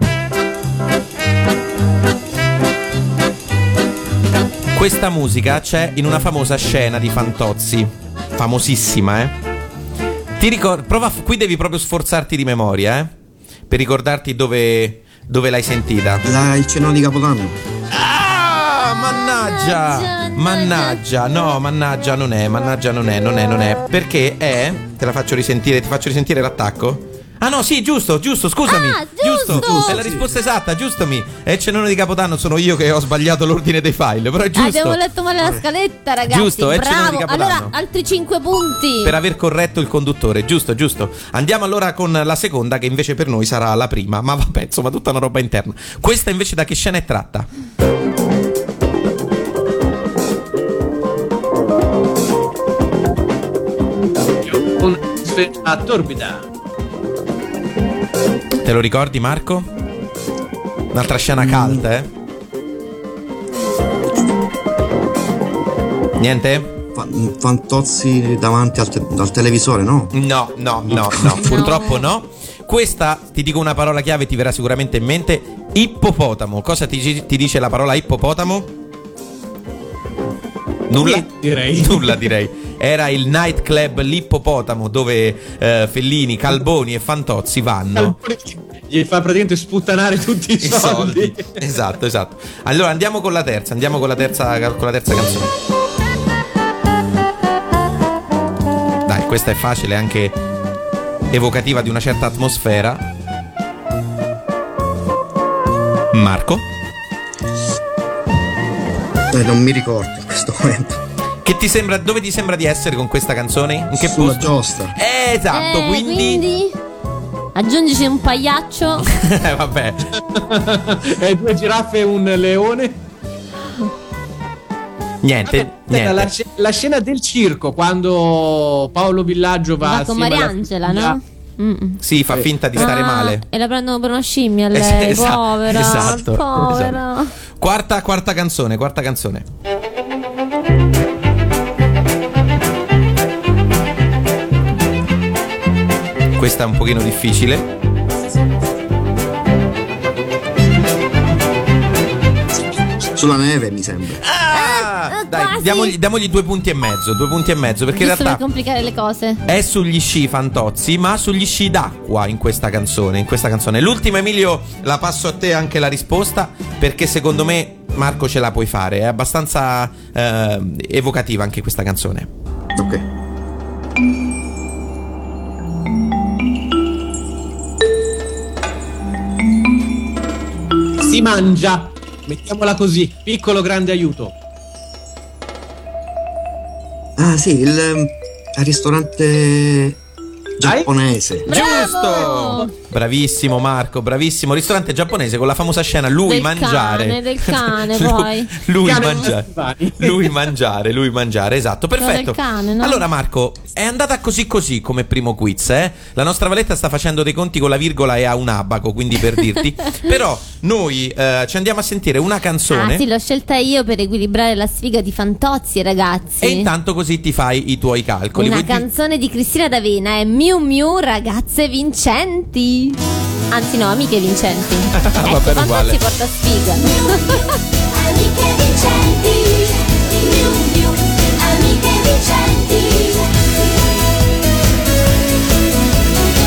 Questa musica c'è in una famosa scena di Fantozzi, famosissima, eh? Ti ricordi? Prova, qui devi proprio sforzarti di memoria, eh? Per ricordarti dove, dove l'hai sentita. La, il cenone di Capodanno. Ah, mannaggia! Mannaggia, no, mannaggia non è, mannaggia non è, non è, non è. Perché è? Te la faccio risentire, ti faccio risentire l'attacco? Ah no, sì, giusto, giusto, scusami. Ah, giusto, giusto. È la risposta esatta, giusto mi. È il cenone di Capodanno, sono io che ho sbagliato l'ordine dei file, però è giusto. Abbiamo letto male la scaletta, ragazzi. Giusto, è il cenone bravo. di Capodanno. Allora, altri cinque punti. Per aver corretto il conduttore, giusto, giusto. Andiamo allora con la seconda, che invece per noi sarà la prima. Ma vabbè, insomma, tutta una roba interna. Questa invece da che scena è tratta? Una sfera torbida. Te lo ricordi, Marco? Un'altra scena cult, eh? Niente? Fantozzi davanti al, te- al televisore, no? No, no, no, no, purtroppo no. Questa, ti dico una parola chiave, ti verrà sicuramente in mente. Ippopotamo. Cosa ti, ti dice la parola ippopotamo? Nulla? Direi. Nulla, direi. Era il nightclub L'Ippopotamo, dove eh, Fellini, Calboni e Fantozzi vanno. Gli fa praticamente sputtanare tutti i, I soldi. soldi. Esatto, esatto. Allora andiamo con la terza, andiamo con la terza, con la terza canzone. Dai, questa è facile, anche evocativa di una certa atmosfera. Marco? Eh, non mi ricordo in questo momento. Che ti sembra, dove ti sembra di essere con questa canzone? In che Sulla posto? giostra. Eh, esatto, Eh, quindi... quindi aggiungici un pagliaccio. Eh, vabbè. E due giraffe e un leone. Niente, Vabbè, niente. La, sc- la scena del circo, quando Paolo Villaggio va, Va con assieme alla Mariangela, figlia- no? Mm-mm. Sì, fa finta di stare Ah, male. e la prendono per una scimmia lei, Es- esa- povera, esatto, povera. esatto. Quarta, quarta canzone, quarta canzone. Questa è un pochino difficile. Sulla neve, mi sembra. Ah, dai, quasi. diamogli, diamogli due punti e mezzo, due punti e mezzo, perché in Giusto per realtà complicare le cose. è sugli sci Fantozzi, ma sugli sci d'acqua in questa canzone, in questa canzone. L'ultima, Emilio, la passo a te anche la risposta, perché secondo me, Marco, ce la puoi fare. È abbastanza eh, evocativa anche questa canzone. Ok. Si mangia. Mettiamola così, piccolo grande aiuto. Ah, sì, il, il ristorante giapponese. Giusto! Bravissimo Marco, bravissimo. Ristorante giapponese con la famosa scena lui Del mangiare. cane, del cane, Lui- poi. Lui Cane mangiare. Lui mangiare, lui mangiare, esatto, Quello perfetto. del cane, no? Allora Marco, è andata così così come primo quiz, eh? La nostra Valetta sta facendo dei conti con la virgola e ha un abaco, quindi per dirti. Però noi eh, ci andiamo a sentire una canzone. Ah sì, l'ho scelta io per equilibrare la sfiga di Fantozzi, ragazzi. E intanto così ti fai i tuoi calcoli. Una Vuoi di- canzone di Cristina D'Avena è Miu Miu ragazze vincenti. Anzi no, amiche vincenti. Va Ecco, bene, uguale. Fantozzi porta sfiga. Amiche vincenti, Miu Miu, amiche vincenti.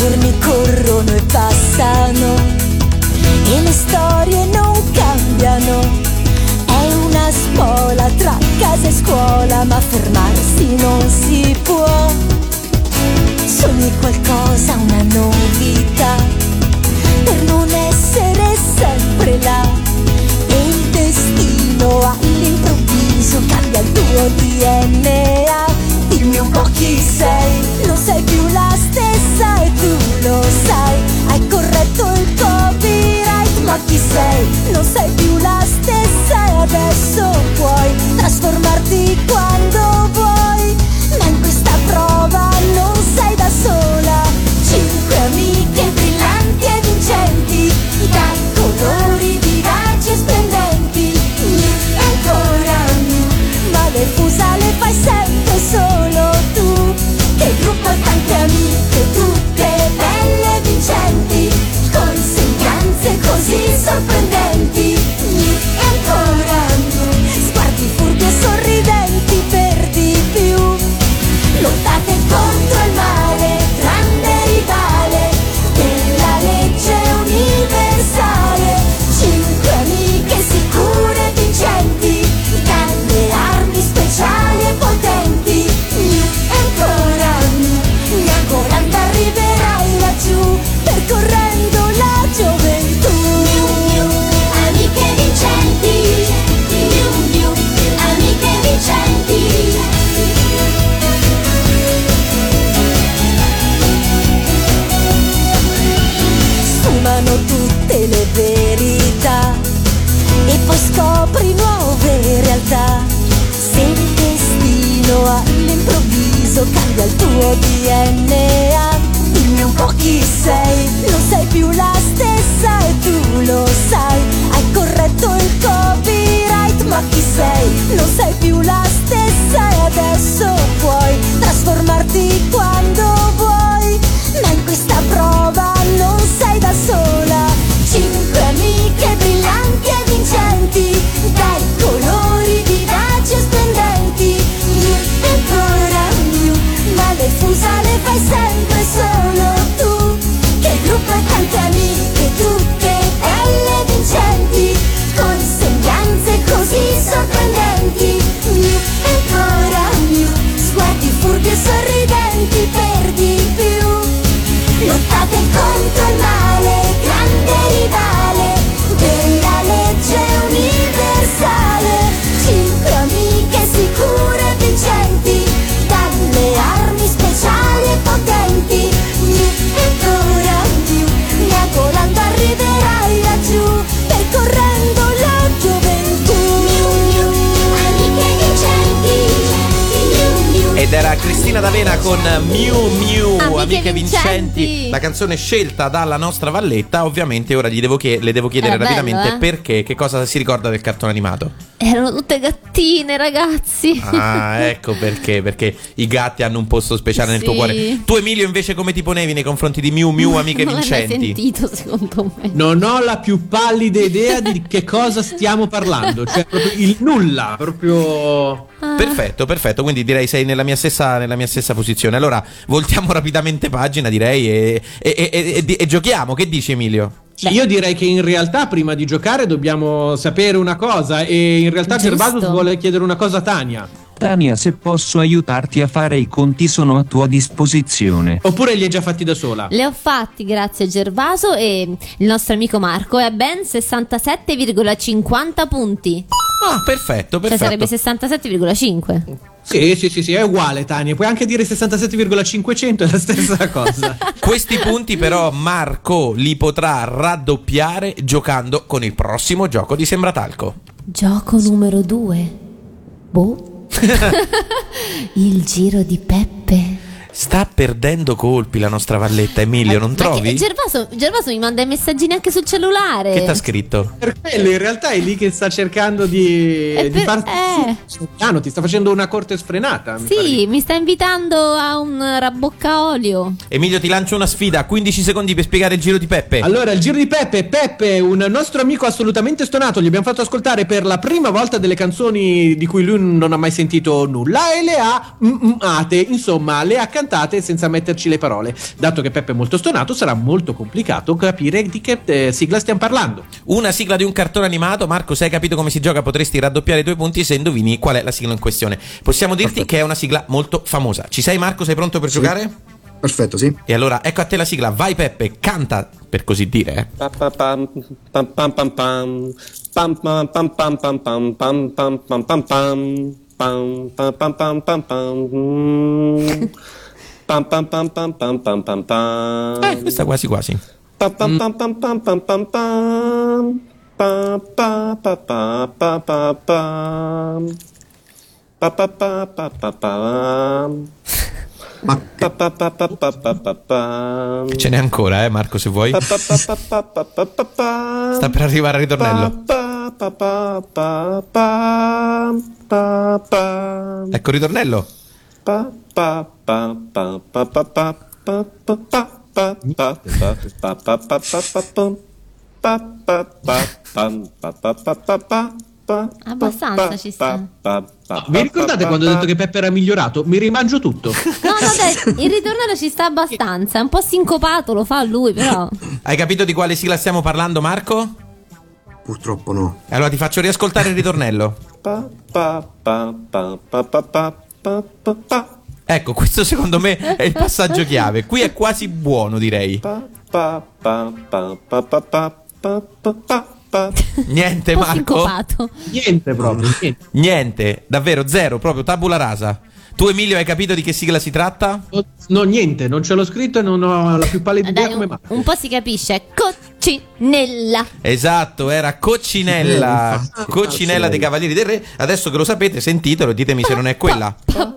giorni corrono e passano e le storie non cambiano. È una spola tra casa e scuola, ma fermarsi non si può. Sogni qualcosa, una novità, per non essere sempre là. E il destino all'improvviso cambia il tuo D N A. Dimmi un po' chi sei, non sei più la stessa e tu lo sai. Hai corretto il copyright, ma chi sei? Non sei più la stessa e adesso puoi trasformarti quando vuoi. Ma in questa prova non sei da sola. Cinque amiche brillanti e vincenti, dai colori vivaci e splendenti. E ancora più, ma le fusa le fai sempre solo tu. Che gruppo e tante amiche, tutte belle e vincenti, con sembianze così sorprendenti. E ancora più, sguardi furbi e sorridenti per di più. Lottate contro il male, grande rivale della legge universale. Cinque amiche sicure e vincenti, dalle armi speciali e potenti. E ancora mia volando arriverai laggiù, percorrendo la gioventù. Amiche vincenti, amiche vincenti. Sfumano tutte le verità e poi scopri nuove realtà. Se il destino all'improvviso cambia il tuo D N A, dimmi un po' chi sei, non sei più la stessa e tu lo sai. Hai corretto il copyright, ma chi sei? Non sei più la stessa e adesso puoi trasformarti quando vuoi. Ma in questa prova non sei da sola. Cinque amiche brillanti e vincenti, dai colori vivaci e splendenti. E ancora più, ma le fusa le fai sempre solo tu. Che gruppo e tante amiche, tutte belle e vincenti, con sembianze così sorprendenti. E ancora più, sguardi furbi e sorridenti per di più. Lottate contro il male, grande rivale della legge universale. Cinque amiche sicure e vincenti, dalle armi speciali e potenti. E ancora più, mia volando arriverai laggiù, percorrendo la gioventù. Amiche vincenti. Ed era Cristina D'Avena con Miu Miu, Amiche Amiche Vincenti. Vincenti, la canzone scelta dalla nostra Valletta. Ovviamente ora gli devo chied- le devo chiedere Era rapidamente bello, eh? perché, che cosa si ricorda del cartone animato. Erano tutte gattine, ragazzi. Ah, ecco perché, perché i gatti hanno un posto speciale nel Sì. tuo cuore. Tu, Emilio, invece come ti ponevi nei confronti di Miu Miu, Amiche Non l'hai mai Vincenti? sentito, secondo me. Non ho la più pallida idea di che cosa stiamo parlando. Cioè, proprio il nulla, proprio. Perfetto, perfetto, quindi direi sei nella mia stessa, nella mia stessa posizione. Allora, voltiamo rapidamente pagina, direi, e, e, e, e, e, e giochiamo. Che dici, Emilio? Io direi che in realtà prima di giocare dobbiamo sapere una cosa, e in realtà Giusto. Gervaso vuole chiedere una cosa a Tania. Tania, se posso aiutarti a fare i conti sono a tua disposizione. Oppure li hai già fatti da sola? Le ho fatti grazie a Gervaso e il nostro amico Marco è a ben sessantasette virgola cinquanta punti. Ah, perfetto, perfetto. Cioè sarebbe sessantasette virgola cinque. Sì, sì, sì, sì, è uguale, Tania. Puoi anche dire sessantasette virgola cinquecento, è la stessa cosa. Questi punti però Marco li potrà raddoppiare giocando con il prossimo gioco di Sembratalco. Gioco numero due. Boh. Il giro di Peppe. Sta perdendo colpi la nostra Valletta, Emilio, non Ma trovi? che- Gervaso, Gervaso mi manda i messaggini anche sul cellulare. Che t'ha scritto? Per quello in realtà è lì che sta cercando di, È di per- farti eh. sul piano, ti sta facendo una corte sfrenata. mi pare. Sì, mi sta invitando a un raboccaolio. Emilio, ti lancio una sfida, quindici secondi per spiegare il giro di Peppe. Allora, il giro di Peppe. Peppe, un nostro amico assolutamente stonato, gli abbiamo fatto ascoltare per la prima volta delle canzoni di cui lui non ha mai sentito nulla e le ha mm-ate, insomma, le ha cantate cantate senza metterci le parole. Dato che Peppe è molto stonato, sarà molto complicato capire di che eh, sigla stiamo parlando. Una sigla di un cartone animato. Marco, se hai capito come si gioca potresti raddoppiare i tuoi punti se indovini qual è la sigla in questione. Possiamo dirti Perfetto. Che è una sigla molto famosa. Ci sei, Marco? Sei pronto per sì. giocare? Perfetto, sì. E allora ecco a te la sigla. Vai Peppe, canta, per così dire. Eh, questa quasi quasi. Ma ce n'è ancora, eh Marco, se vuoi. Sta per arrivare al ritornello. Ecco il ritornello. Abbastanza ci sta. Vi ricordate quando ho detto che Peppe era migliorato? Mi rimangio tutto. No, no, dai, il ritornello ci sta abbastanza. È un po' sincopato, lo fa lui, però. Hai capito di quale sigla stiamo parlando, Marco? Purtroppo no. Allora ti faccio riascoltare il ritornello. Ecco, questo secondo me è il passaggio chiave. Qui è quasi buono, direi. Niente, Marco. Niente proprio. Niente. Niente, davvero zero, proprio tabula rasa. Tu, Emilio, hai capito di che sigla si tratta? No, no, niente, non ce l'ho scritto e non ho la più pallida idea come mai. Un po' si capisce. Coccinella. Esatto, era Coccinella. Eh, Coccinella dei Cavalieri del Re. Adesso che lo sapete, sentitelo e ditemi se non è quella.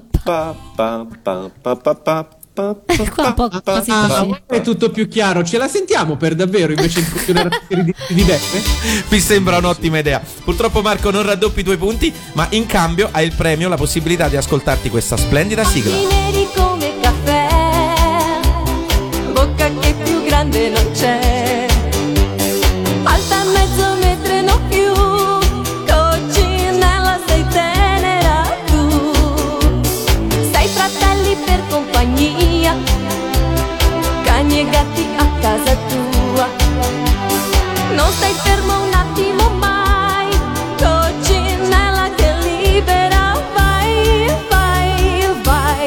Qua un po' così ah, è tutto più chiaro. Ce la sentiamo per davvero invece di continuare a di, di Beppe? Mi sembra un'ottima idea. Purtroppo Marco non raddoppi i tuoi punti, ma in cambio hai il premio, la possibilità di ascoltarti questa splendida sigla. Neri come caffè, bocca che più grande non c'è, alta mezzo metro e non più, Coccinella sei tenera tu, sei fratelli per compagnia, cani e gatti a casa tua, non stai fermo un attimo mai, Coccinella che libera, vai, vai, vai.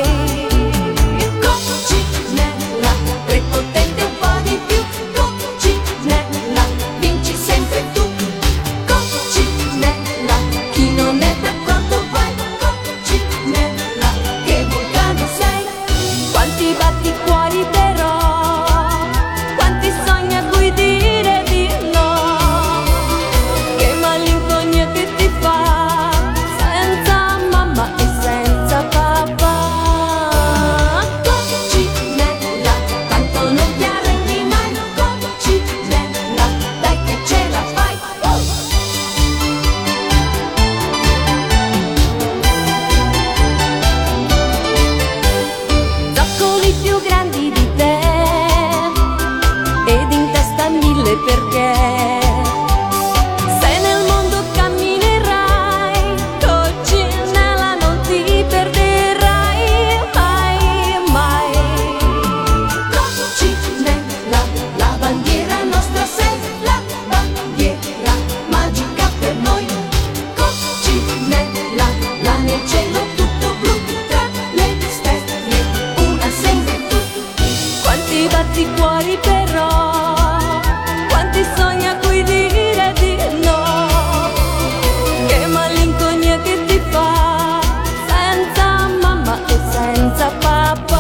Coccinella, prepotente un po' di più, Coccinella, vinci sempre tu, Coccinella, chi non è d'accordo vai, Coccinella, che vulcano sei, quanti batti cuori però, quanti sogni a cui dire di no, che malinconia che ti fa, senza mamma e senza papà. Coccinella, tanto non ti arrendi mai, Coccinella, dai che ce la fai. Zoccoli più grandi di te ed in testa mille perché, se nel mondo camminerai, Coccinella non ti perderai mai, mai. Coccinella, la bandiera nostra sei, la bandiera magica per noi, Coccinella, là nel cielo tutto blu, tra le stelle una sei tu, quanti batti cuori però, quanti sogni a cui dire di no, che malinconia che ti fa, senza mamma e senza papà.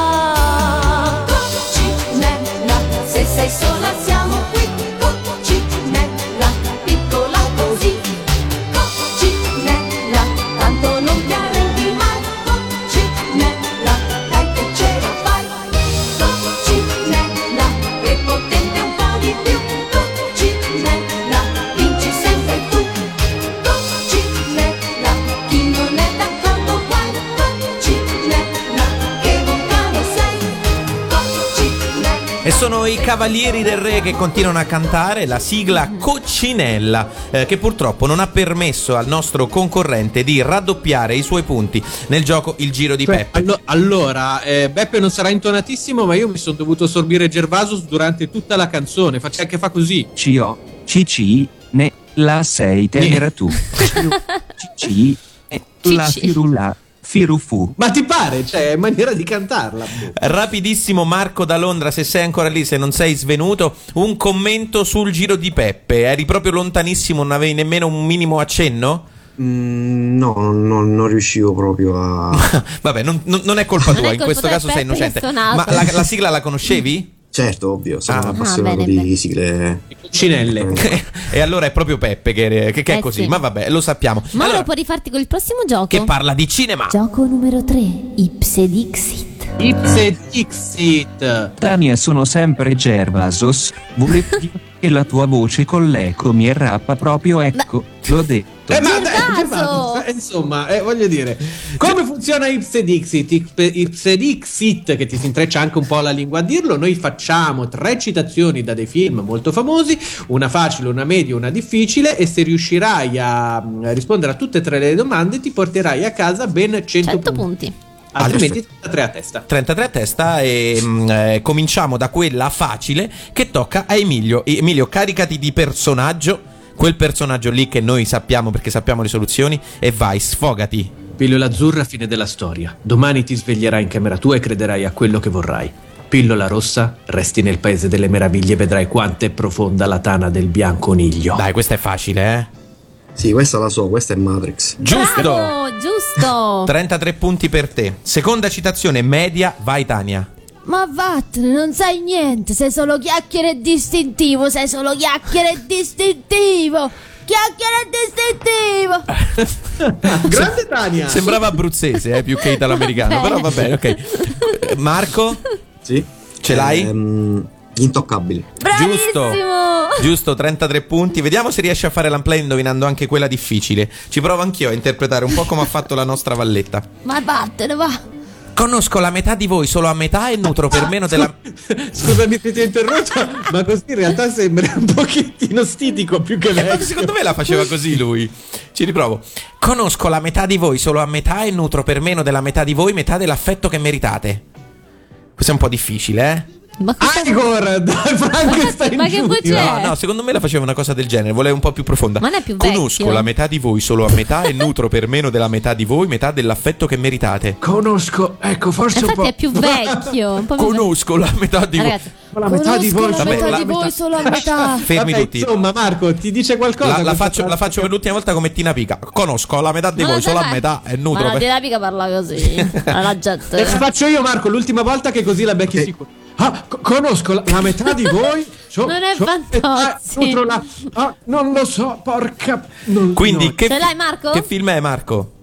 Coccinella, se sei sola siamo qui, Coccinella, piccola così, Coccinella, tanto non ti arrendi mai, Coccinella, dai che ce la fai, Coccinella, prepotente E sono i Cavalieri del Re che continuano a cantare la sigla Coccinella, eh, che purtroppo non ha permesso al nostro concorrente di raddoppiare i suoi punti nel gioco Il Giro di Cioè, Peppe. allo- allora, eh, Beppe non sarà intonatissimo, ma io mi sono dovuto sorbire Gervasos durante tutta la canzone. Faccia che fa così. Cio, cici, ne, la sei tenera tu. Cici, e la firula, firufu. Ma ti pare? Cioè, è maniera di cantarla. Rapidissimo, Marco da Londra, se sei ancora lì, se non sei svenuto, un commento sul Giro di Peppe. Eri proprio lontanissimo, non avevi nemmeno un minimo accenno? Mm, no, non, non riuscivo proprio a. Vabbè, non, non- non è colpa Non tua, è in colpa questo del caso sei Peppe che innocente. è suonato. Ma la, la sigla la conoscevi? Certo, ovvio, sono Ah. appassionato Ah, bene, di bene. sigle. Coccinelle. E allora è proprio Peppe che, che- che è Eh, così, sì. ma vabbè, lo sappiamo. Mauro, Allora, puoi rifarti con il prossimo gioco? che parla di cinema. Gioco numero tre, Ipse Dixit. Ipse Dixit. Tania, sono sempre Gervasos. Volevo dire che la tua voce con l'eco mi rappa proprio, ecco, l'ho detto. Eh, ma dai, Gervaso! Gervaso, eh, insomma, eh, voglio dire, come funziona Ipse Dixit? Ipse, Ipse Dixit, che ti si intreccia anche un po' la lingua a dirlo. Noi facciamo tre citazioni da dei film molto famosi, una facile, una media, una difficile, e se riuscirai a mm, rispondere a tutte e tre le domande ti porterai a casa ben cento, cento punti. punti. Altrimenti trentatré a testa. trentatré a testa e mm, eh, cominciamo da quella facile che tocca a Emilio. Emilio, caricati di personaggio, quel personaggio lì che noi sappiamo perché sappiamo le soluzioni, e vai, sfogati. Pillola azzurra, fine della storia. Domani ti sveglierai in camera tua e crederai a quello che vorrai. Pillola rossa, resti nel paese delle meraviglie e vedrai quanto è profonda la tana del bianconiglio. Dai, questa è facile, eh? Sì, questa la so, questa è Matrix. Giusto! Bravo, giusto. trentatré punti per te. Seconda citazione media, vai Tania. Ma vattene, non sai niente, sei solo chiacchiere e distintivo, sei solo chiacchiere e distintivo. Chiacchiere e distintivo. Grande Tania! Sembrava abruzzese, eh, più che italo-americano, però va bene, ok. Eh, Marco? Sì. Ce l'hai? Ehm, gli intoccabili. Giusto, giusto, trentatré punti. Vediamo se riesci a fare l'unplay indovinando anche quella difficile. Ci provo anch'io a interpretare un po' come ha fatto la nostra Valletta. Ma vattene, va. Conosco la metà di voi solo a metà e nutro per meno della... Scusami se ti ho interrotto, ma così in realtà sembra un pochettino stitico più che Eh, ma vecchio. secondo me la faceva così lui. Ci riprovo. Conosco la metà di voi solo a metà e nutro per meno della metà di voi metà dell'affetto che meritate. Questo è un po' difficile, eh? Ma Igor, dai, Frankenstein Ma che Junior. voce è? No, no, secondo me la faceva una cosa del genere, volevo un po' più profonda. Ma non è più Conosco vecchio? la metà di voi solo a metà e nutro per meno della metà di voi metà dell'affetto che meritate. Conosco, ecco, forse un Infatti po'. è più vecchio. Un po' più Conosco la metà di voi. Ragazzi, la metà di voi, la Vabbè, metà la di voi metà. solo a metà. Fermi Vabbè, tutti. insomma, Marco, ti dice qualcosa? La, la questa faccio, la frase? faccio per l'ultima volta come Tina Pica. Conosco la metà di Ma voi lo solo a sai- metà e Ma nutro la per... dinamica parla così. La gente. E la faccio io, Marco, l'ultima volta che così la becchi Eh. sicuro. Ah, co- conosco la, la metà di voi. so- Non è so- Fantozzi. eh, nutro la- ah, non lo so, porca. non- Quindi no. che, Ce l'hai, Marco? che film è, Marco?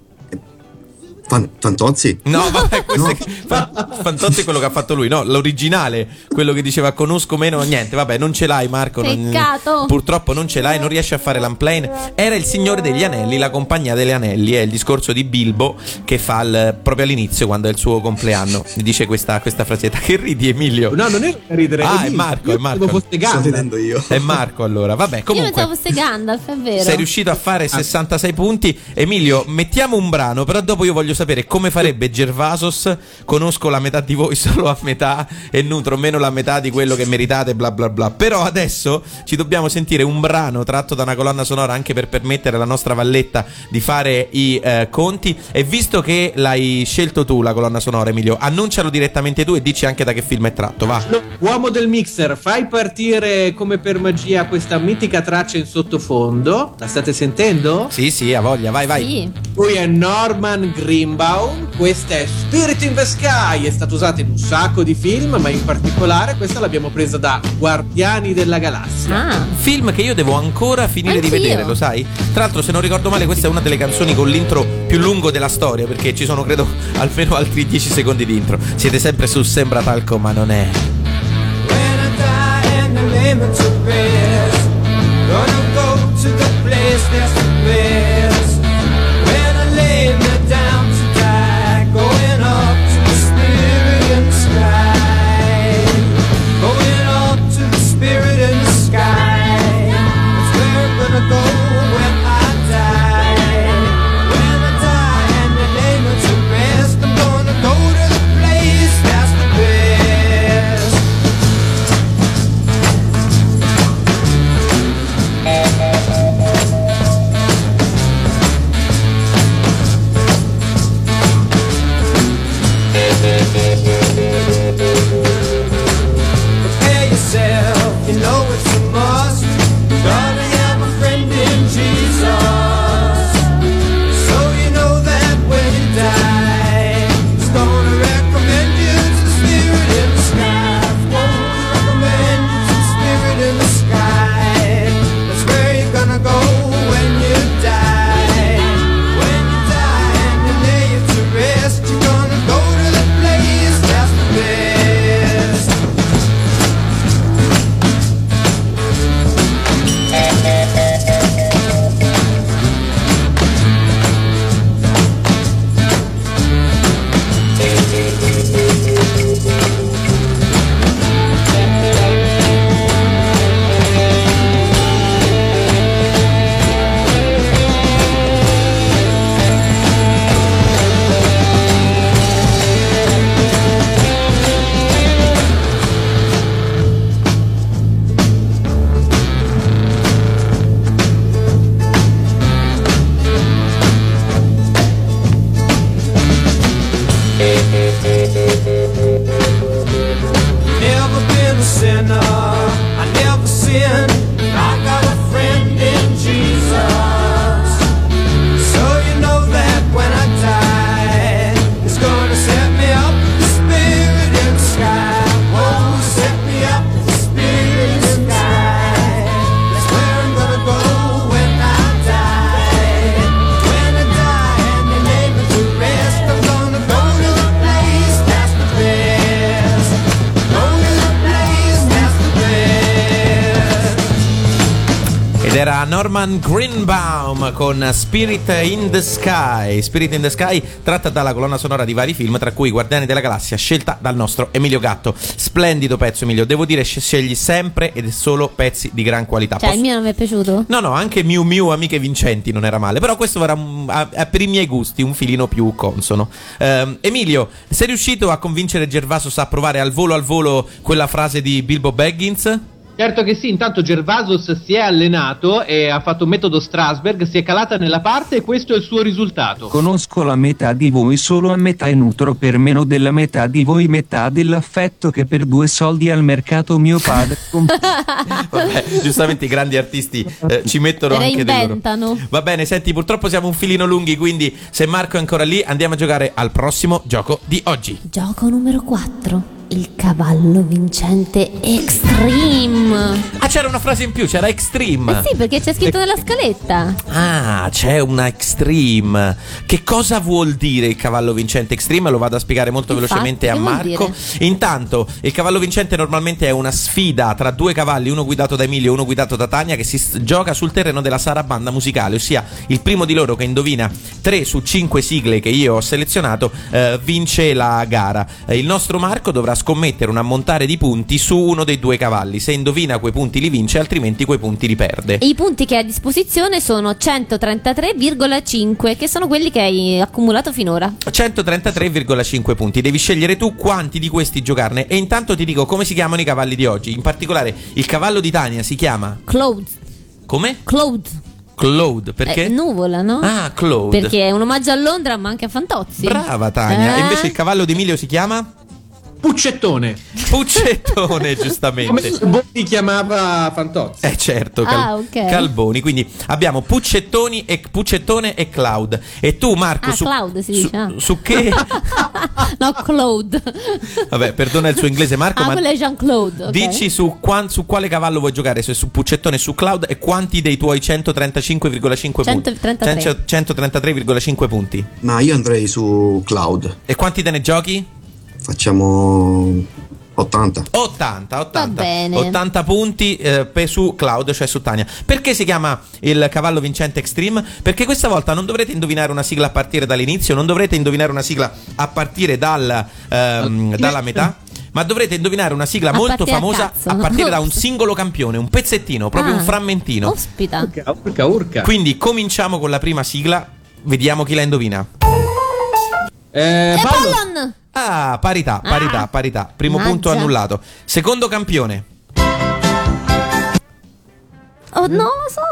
Fan- Fantozzi? No, vabbè, questo è Fan- Fantozzi è quello che ha fatto lui, no, l'originale, quello che diceva conosco meno niente, vabbè, non ce l'hai Marco, non- Peccato. purtroppo non ce l'hai, non riesci a fare l'unplane. Era Il Signore degli Anelli, la compagnia degli anelli, è il discorso di Bilbo che fa il- proprio all'inizio quando è il suo compleanno, dice questa, questa frasetta. Che ridi, Emilio? No, non è da ridere. Ah, è Emilio. Marco, Io è Marco. credevo fosse Sto Gandalf. ridendo io. È Marco allora, vabbè, Io comunque pensavo fosse Gandalf, è vero. sei riuscito a fare sessantasei punti. Emilio, mettiamo un brano, però dopo io voglio sapere come farebbe Gervasos. Conosco la metà di voi solo a metà e nutro meno la metà di quello che meritate, bla bla bla. Però adesso ci dobbiamo sentire un brano tratto da una colonna sonora anche per permettere alla nostra Valletta di fare i eh, conti. E visto che l'hai scelto tu la colonna sonora, Emilio, annuncialo direttamente tu e dici anche da che film è tratto, va. No, uomo del mixer, fai partire come per magia questa mitica traccia in sottofondo. La state sentendo? Sì, sì, ha voglia, vai, vai. Sì. Lui è Norman Greenbaum, questa è Spirit in the Sky, è stata usata in un sacco di film, ma in particolare questa l'abbiamo presa da Guardiani della Galassia. Ah, Film che io devo ancora finire Anch'io. di vedere, lo sai? Tra l'altro, se non ricordo male, questa è una delle canzoni con l'intro più lungo della storia, perché ci sono, credo, almeno altri dieci secondi di intro. Siete sempre su Sembra Talco, ma non è. Going sinner. I never sinned. I got a friend in Jesus. So you know that when I die, it's gonna set me up, the spirit in the sky. Oh, set me up, the spirit in the sky. That's where I'm gonna go when I die. When I die and they lay me to rest, I'm gonna go to the place that's the best. Go to the place that's the best. Ed era Norman Greenbaum con Spirit in the Sky. Spirit in the Sky, tratta dalla colonna sonora di vari film, tra cui Guardiani della Galassia, scelta dal nostro Emilio Gatto. Splendido pezzo, Emilio. Devo dire, scegli sempre ed è solo pezzi di gran qualità. Cioè, Posso- il mio non mi è piaciuto? No, no, anche Miu Miu Amiche Vincenti non era male. Però questo era un- a- a- per i miei gusti un filino più consono. Ehm, Emilio, sei riuscito a convincere Gervasos a provare al volo al volo quella frase di Bilbo Baggins? Certo che sì, intanto Gervasos si è allenato e ha fatto metodo Strasberg, si è calata nella parte e questo è il suo risultato. Conosco la metà di voi solo a metà e nutro per meno della metà di voi metà dell'affetto che per due soldi al mercato mio padre comp- Vabbè, giustamente i grandi artisti eh, ci mettono anche del loro. Reinventano. Va bene, senti, purtroppo siamo un filino lunghi, quindi se Marco è ancora lì andiamo a giocare al prossimo gioco di oggi. Gioco numero quattro. Il cavallo vincente Extreme. Ah, c'era una frase in più, c'era Extreme. Eh sì, perché c'è scritto nella scaletta. Ah, c'è una Extreme. Che cosa vuol dire il cavallo vincente Extreme? Lo vado a spiegare molto Infatti, velocemente a che vuol Marco. dire? Intanto, il cavallo vincente normalmente è una sfida tra due cavalli, uno guidato da Emilio e uno guidato da Tania, che si s- gioca sul terreno della sarabanda musicale, ossia il primo di loro che indovina tre su cinque sigle che io ho selezionato eh, vince la gara. Eh, il nostro Marco dovrà scommettere un ammontare di punti su uno dei due cavalli. Se indovina quei punti li vince, altrimenti quei punti li perde. E i punti che hai a disposizione sono centotrentatré virgola cinque, che sono quelli che hai accumulato finora. centotrentatré virgola cinque punti. Devi scegliere tu quanti di questi giocarne. E intanto ti dico come si chiamano i cavalli di oggi. In particolare il cavallo di Tania si chiama Cloud. come? Cloud. Cloud. Perché? Eh, nuvola, no? Ah, Cloud. Perché è un omaggio a Londra, ma anche a Fantozzi. Brava Tania. Eh? E invece il cavallo di Emilio si chiama? Puccettone. Puccettone, Come giustamente. Boni chiamava Fantozzi. Eh certo, Cal- Ah, ok. Calboni. Quindi abbiamo Puccettoni e Puccettone e Cloud. E tu Marco Ah, su, Cloud si su, dice. ah. su che No, Claude. vabbè, perdona il suo inglese Marco, Ah, ma quello è Jean-Claude. ok. dici su, quan- su quale cavallo vuoi giocare, se su Puccettone e su Cloud, e quanti dei tuoi centotrentacinque virgola cinque punti? centotrentatré. Cento- centotrentatré virgola cinque punti. Ma io andrei su Cloud. E quanti te ne giochi? Facciamo ottanta. ottanta, ottanta. Va bene. ottanta punti eh, per su Cloud, cioè su Tania. Perché si chiama il cavallo vincente Extreme? Perché questa volta non dovrete indovinare una sigla a partire dall'inizio, non dovrete indovinare una sigla a partire dal, ehm, dalla metà, ma dovrete indovinare una sigla A molto partire a famosa cazzo. a partire da un singolo campione, un pezzettino, proprio Ah. un frammentino. Ospita. Urca, urca, urca. Quindi cominciamo con la prima sigla, vediamo chi la indovina. Eh, E Paolo. Pollon. Ah, parità, parità, Ah. parità. Primo Mannaggia. punto annullato. Secondo campione. Oh, non lo so.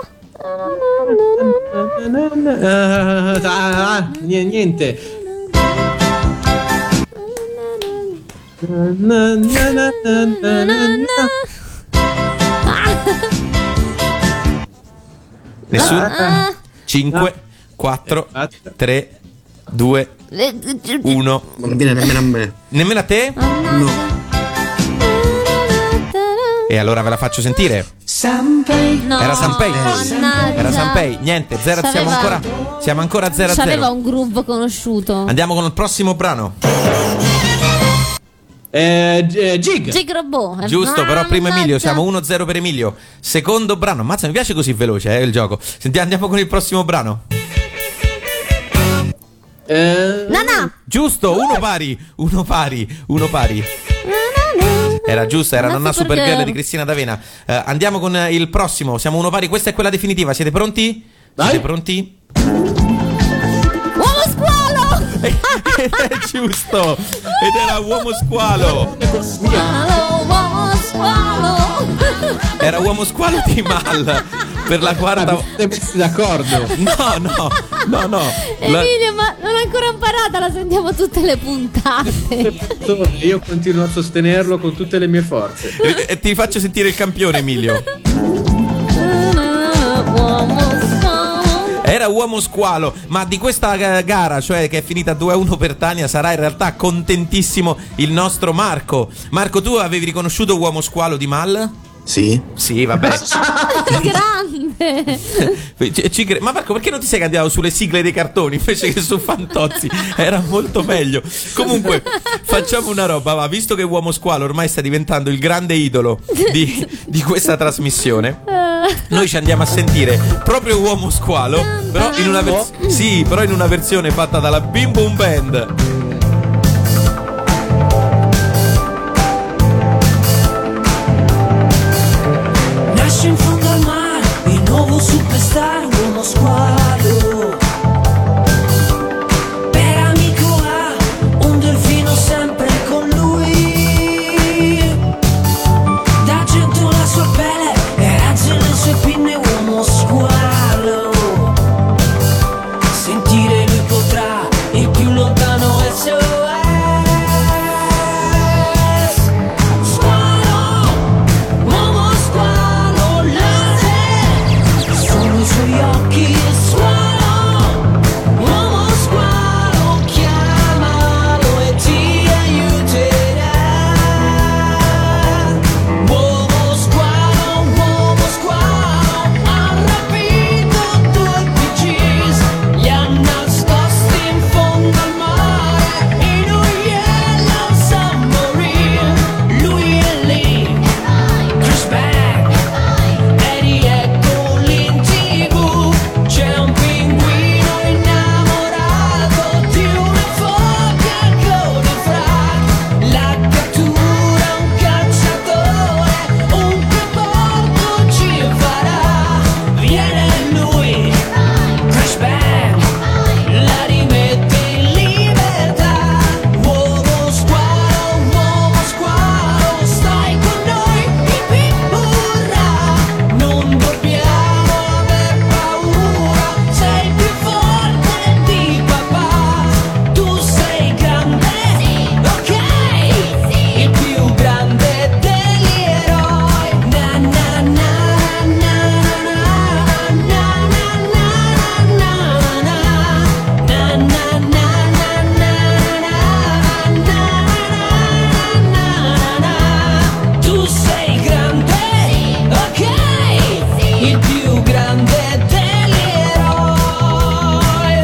Eh, ah, ah, nie- niente. Na, na, na, na, na, na, na. Nessuno? Ah. cinque, quattro, tre, due, uno. Non viene nemmeno a me. Nemmeno a te? No. E allora ve la faccio sentire. No, Era Sanpei. mannaggia. Era Sanpei. Niente, zero, siamo C'aveva- ancora siamo ancora a zero a C'aveva zero. un groove conosciuto. Andiamo con il prossimo brano. Eh, G- Gig. Jig Robot. Giusto, però prima Emilio, Mannaggia. siamo uno a zero per Emilio. Secondo brano. Mazza, mi piace così veloce, eh, il gioco. Senti, andiamo con il prossimo brano. Eh, Nana. Giusto, uno pari, uno pari, uno pari. Era giusto, era Nonna Nonna Supergirl Supergirl di Cristina D'Avena. Eh, andiamo con eh, il prossimo, siamo uno pari, questa è quella definitiva. Siete pronti? Vai. Siete pronti? Uomo squalo. È giusto! Ed era Uomo Squalo! Squalo, uomo squalo. Era Uomo Squalo di Mal! per la quarta. Siete messi d'accordo? No, no, no, no. La- Emilio, ma non è ancora imparata, la sentiamo tutte le puntate. Io continuo a sostenerlo con tutte le mie forze. E, e ti faccio sentire il campione, Emilio. Era Uomo Squalo, ma di questa eh, gara, cioè che è finita due a uno per Tania, sarà in realtà contentissimo il nostro Marco. Marco, tu avevi riconosciuto Uomo Squalo di Mal? Sì. Sì, vabbè. Grande. Ci- ci cre- ma Marco, perché non ti sei candidato sulle sigle dei cartoni invece che su Fantozzi? Era molto meglio. Comunque, facciamo una roba, va, visto che Uomo Squalo ormai sta diventando il grande idolo di, di questa trasmissione, noi ci andiamo a sentire proprio Uomo Squalo, però in una vers- sì, però in una versione fatta dalla Bim Boom Band. Nasce in fondo al mare, il nuovo superstar, uomo squalo. Per amico ha un delfino sempre con lui. D'argento la sua pelle e razze le sue pinne, uomo squalo. Sentire lui potrà il più lontano S O S. Squalo, uomo squalo, laser, sono i suoi occhi. Squalo, uomo squalo, chiamalo e ti aiuterà. Uomo squalo, uomo squalo, ha rapito due P Gs, li ha nascosti in fondo al mare, in un yellow submarine. Lui è lì, Chris Beck, Eddie eccoli in tivù. C'è un pinguino innamorato di una foca con il frac. La cattura un cacciatore, un caporto ci farà. Viene lui, Chris Beck, la rimette in libertà. Uomo squalo, uomo squalo, stai con noi, hip hip hurra. Non dobbiamo aver paura, sei più forte di papà. Tu sei grande, ok, il più grande degli eroi. Na na na na na na na na na na na na. Tu sei grande, ok, il più grande degli eroi.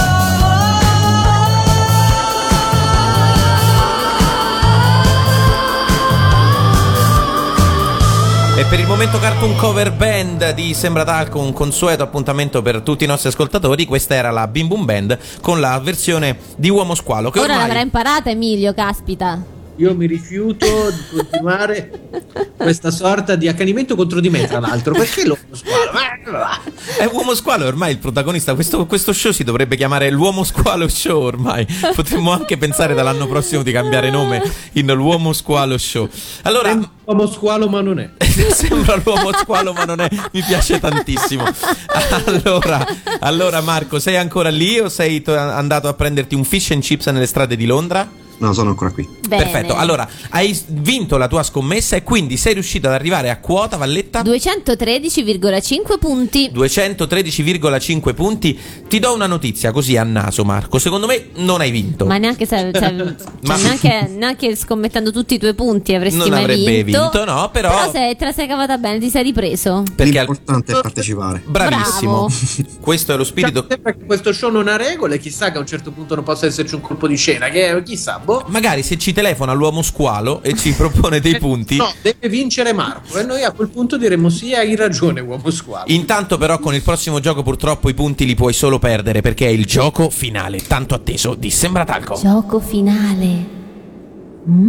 E per il momento Cartoon Cover Band di Sembra Talco, un consueto appuntamento per tutti i nostri ascoltatori. Questa era la Bim Boom Band con la versione di Uomo Squalo che Ora ormai... l'avrà imparata Emilio, caspita. Io mi rifiuto di continuare questa sorta di accanimento contro di me, tra l'altro. Perché l'uomo squalo? È Uomo Squalo, è ormai il protagonista. Questo, questo show si dovrebbe chiamare l'Uomo Squalo Show ormai. Potremmo anche pensare dall'anno prossimo di cambiare nome in l'Uomo Squalo Show. Allora, Uomo squalo ma non è. sembra l'Uomo Squalo ma non è. Mi piace tantissimo. Allora, allora Marco, sei ancora lì o sei to- andato a prenderti un fish and chips nelle strade di Londra? No, sono ancora qui. Bene. Perfetto, allora hai vinto la tua scommessa e quindi sei riuscito ad arrivare a quota, Valletta? duecentotredici virgola cinque punti. duecentotredici virgola cinque punti. Ti do una notizia così a naso, Marco. Secondo me non hai vinto. Ma neanche, se, cioè, cioè, Ma- neanche, neanche scommettendo tutti i tuoi punti avresti Non mai avrebbe vinto. vinto, no, però- Però se te la sei cavata bene, ti sei ripreso. Perché al- L'importante è partecipare. Bravissimo. Questo è lo spirito. Sembra che questo show non ha regole. Chissà che a un certo punto non possa esserci un colpo di scena. Che chissà, boh. Magari se ci telefona l'Uomo Squalo e ci propone dei punti. No, deve vincere Marco. E noi a quel punto diremo sì, hai ragione, uomo squalo. Intanto però con il prossimo gioco purtroppo i punti li puoi solo perdere perché è il gioco finale tanto atteso di Sembra Talco. Gioco finale.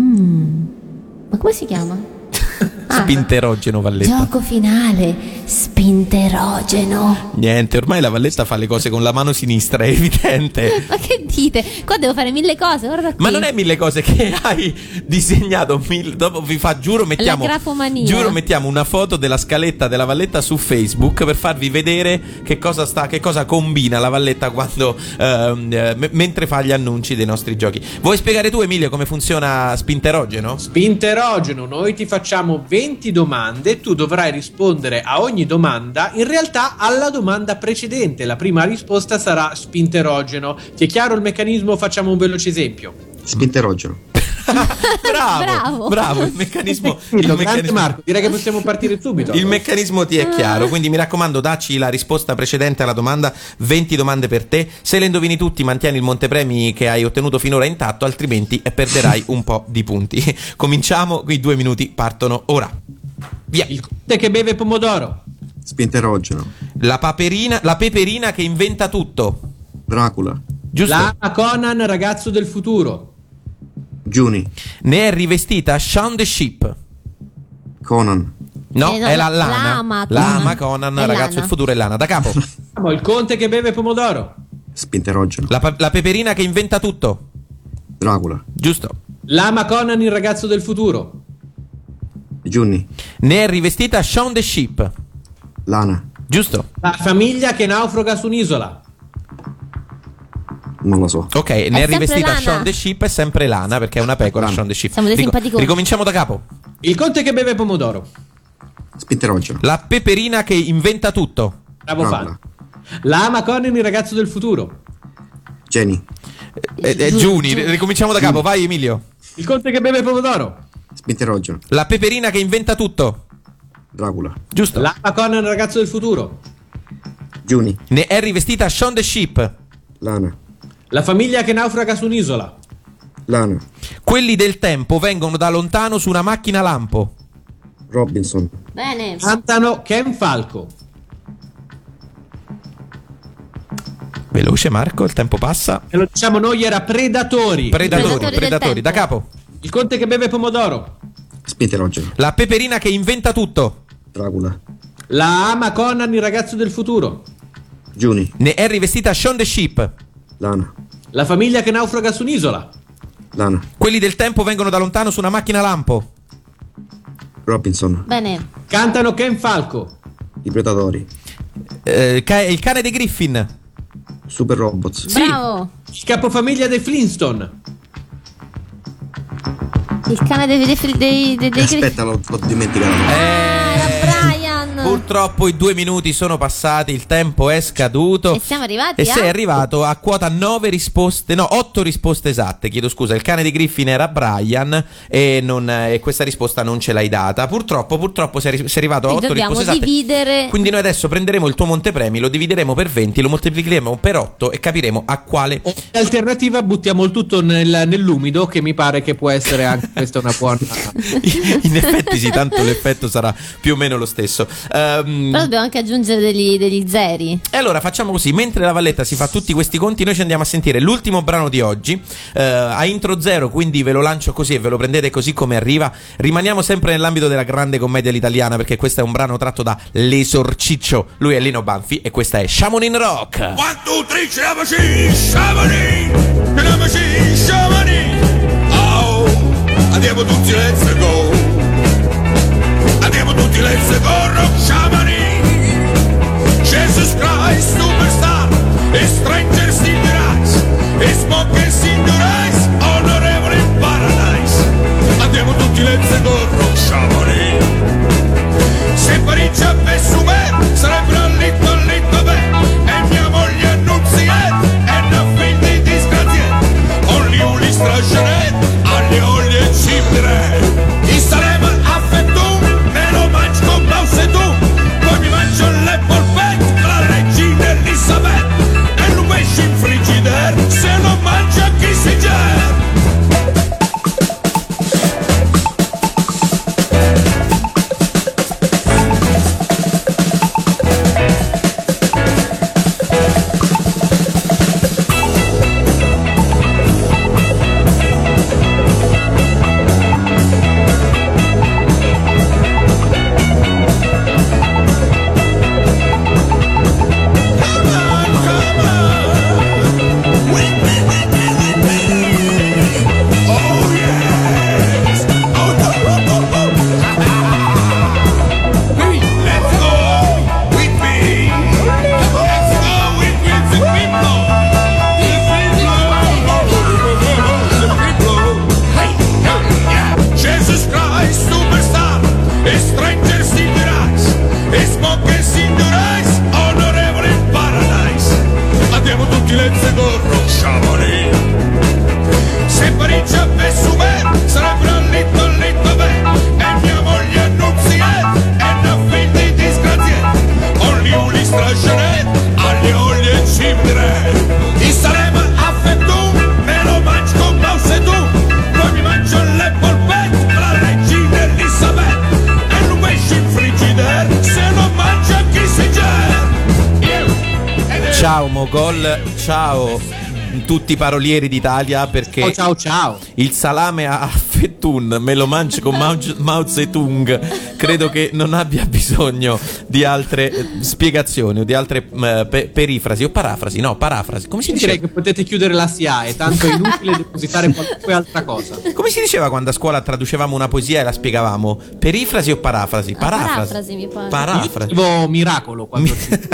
Mm. Ma come si chiama? Spinterogeno, Valletta. Gioco finale. Sp- spinterogeno. Niente, ormai la Valletta fa le cose con la mano sinistra, è evidente. Ma che dite? Qua devo fare mille cose, guarda qui. Ma non è mille cose che hai disegnato, mille, dopo vi fa, giuro, mettiamo La grafomania. Giuro, mettiamo una foto della scaletta della Valletta su Facebook per farvi vedere che cosa sta, che cosa combina la Valletta quando ehm, eh, m- mentre fa gli annunci dei nostri giochi. Vuoi spiegare tu, Emilio, come funziona Spinterogeno? Spinterogeno, noi ti facciamo venti domande, tu dovrai rispondere a ogni domanda in realtà alla domanda precedente. La prima risposta sarà spinterogeno. Ti è chiaro il meccanismo? Facciamo un veloce esempio. Spinterogeno. Bravo, Bravo. bravo, il meccanismo, il Grande meccanismo Marco, direi che possiamo partire subito. Il meccanismo ti è chiaro, quindi mi raccomando, dacci la risposta precedente alla domanda, venti domande per te. Se le indovini tutti, mantieni il montepremi che hai ottenuto finora intatto, altrimenti perderai un po' di punti. Cominciamo, i due minuti partono ora. Via. Il conte che beve pomodoro. Spinterogeno. La paperina, la peperina che inventa tutto. Dracula. Giusto? La Conan, ragazzo del futuro. Giuni. Ne è rivestita Shaun the Sheep. Conan. No, Eh, no, è la la- lana. l'ama L'ama Conan. Conan, È ragazzo lana. del futuro è lana. Da capo. Vamo, il conte che beve pomodoro. Spinterogeno. La, pa- la peperina che inventa tutto. Dracula. Giusto. Lama Conan, il ragazzo del futuro. Giuni. Ne è rivestita Shaun the Sheep. Lana. Giusto. La famiglia che naufraga su un'isola. Non lo so. Ok, ne è sempre rivestita lana. Shaun the Sheep, è sempre lana perché è una pecora Shaun the Sheep. Siamo dei simpaticoni. Ricominciamo da capo. Il conte che beve pomodoro. Spinterogeno. La peperina che inventa tutto. Bravo Dracula. fan. Lama Conan, il ragazzo del futuro. Jenny. Eh, eh, Giuni, ricominciamo da capo, vai Emilio. Il conte che beve pomodoro. Spinterogeno. La peperina che inventa tutto. Dracula. Giusto. Lama Conan, il ragazzo del futuro. Giuni. Ne è rivestita Shaun the Sheep. Lana. La famiglia che naufraga su un'isola. Lana. Quelli del tempo vengono da lontano su una macchina lampo. Robinson. Bene. Cantano Ken Falco. Veloce Marco, il tempo passa. E lo diciamo noi, era Predatori. Predatori, Predatori del predatori, da tempo. capo. Il conte che beve pomodoro. Spinterogeno. La peperina che inventa tutto. Dracula. La ama Conan, il ragazzo del futuro. Giuni. Ne è rivestita Shaun the Sheep. Lana. La famiglia che naufraga su un'isola. Lana. Quelli del tempo vengono da lontano su una macchina lampo. Robinson. Bene. Cantano Ken Falco. I Predatori. Eh, ca- il cane dei Griffin. Super Robots. Sì. Bravo. Il capofamiglia dei Flintstone. Il cane dei dei dei, dei, dei, dei Aspetta, l'ho, l'ho dimenticato. Ah, era Brian. Purtroppo i due minuti sono passati, il tempo è scaduto. E siamo arrivati E a... sei arrivato a quota nove risposte, no, otto risposte esatte, chiedo scusa. Il cane di Griffin era Brian e, non, e questa risposta non ce l'hai data. Purtroppo, purtroppo sei, sei arrivato a E otto dobbiamo risposte esatte. dividere. Quindi noi adesso prenderemo il tuo montepremi, lo divideremo per venti, lo moltiplicheremo per otto e capiremo a quale... In alternativa buttiamo il tutto nel- nell'umido, che mi pare che può essere anche questa una buona... In effetti sì, tanto l'effetto sarà più o meno lo stesso. Ehm, Però dobbiamo anche aggiungere degli, degli zeri. E allora facciamo così, mentre la Valletta si fa tutti questi conti, noi ci andiamo a sentire l'ultimo brano di oggi, eh, a intro zero, quindi ve lo lancio così e ve lo prendete così come arriva. Rimaniamo sempre nell'ambito della grande commedia all'italiana, perché questo è un brano tratto da L'Esorciccio. Lui è Lino Banfi e questa è Chamonix Rock. One, two, three, Chamonix, Chamonix, Chamonix, Chamonix. Oh, andiamo tutti, let's go. Andiamo tutti, let's go, rock Chamonix. Jesus Christ, superstar, e strangers in the eyes, e smokers in the eyes, onorevole in paradise. Andiamo tutti, let's go, rock Chamonix. Se Parigi avesse un me, sarebbe un litto, litto beh, e mia moglie Annunziata, e una figlia di disgraziata, only un listragenet, alle olio e cipre. I saremo a fettum, meno Ciao Mogol, ciao tutti i parolieri d'Italia, perché ciao ciao ciao. Il salame a Fettun me lo mangio con Mao, Mao Zedong. Credo che non abbia bisogno di altre eh, spiegazioni o di altre eh, pe- perifrasi o parafrasi. No, parafrasi. Come si dice? Direi che potete chiudere la S I A E, tanto è inutile depositare qualunque altra cosa. Come si diceva quando a scuola traducevamo una poesia e la spiegavamo? Perifrasi o parafrasi? Parafrasi. Parafrasi mi pare. Parafrasi. Io miracolo quando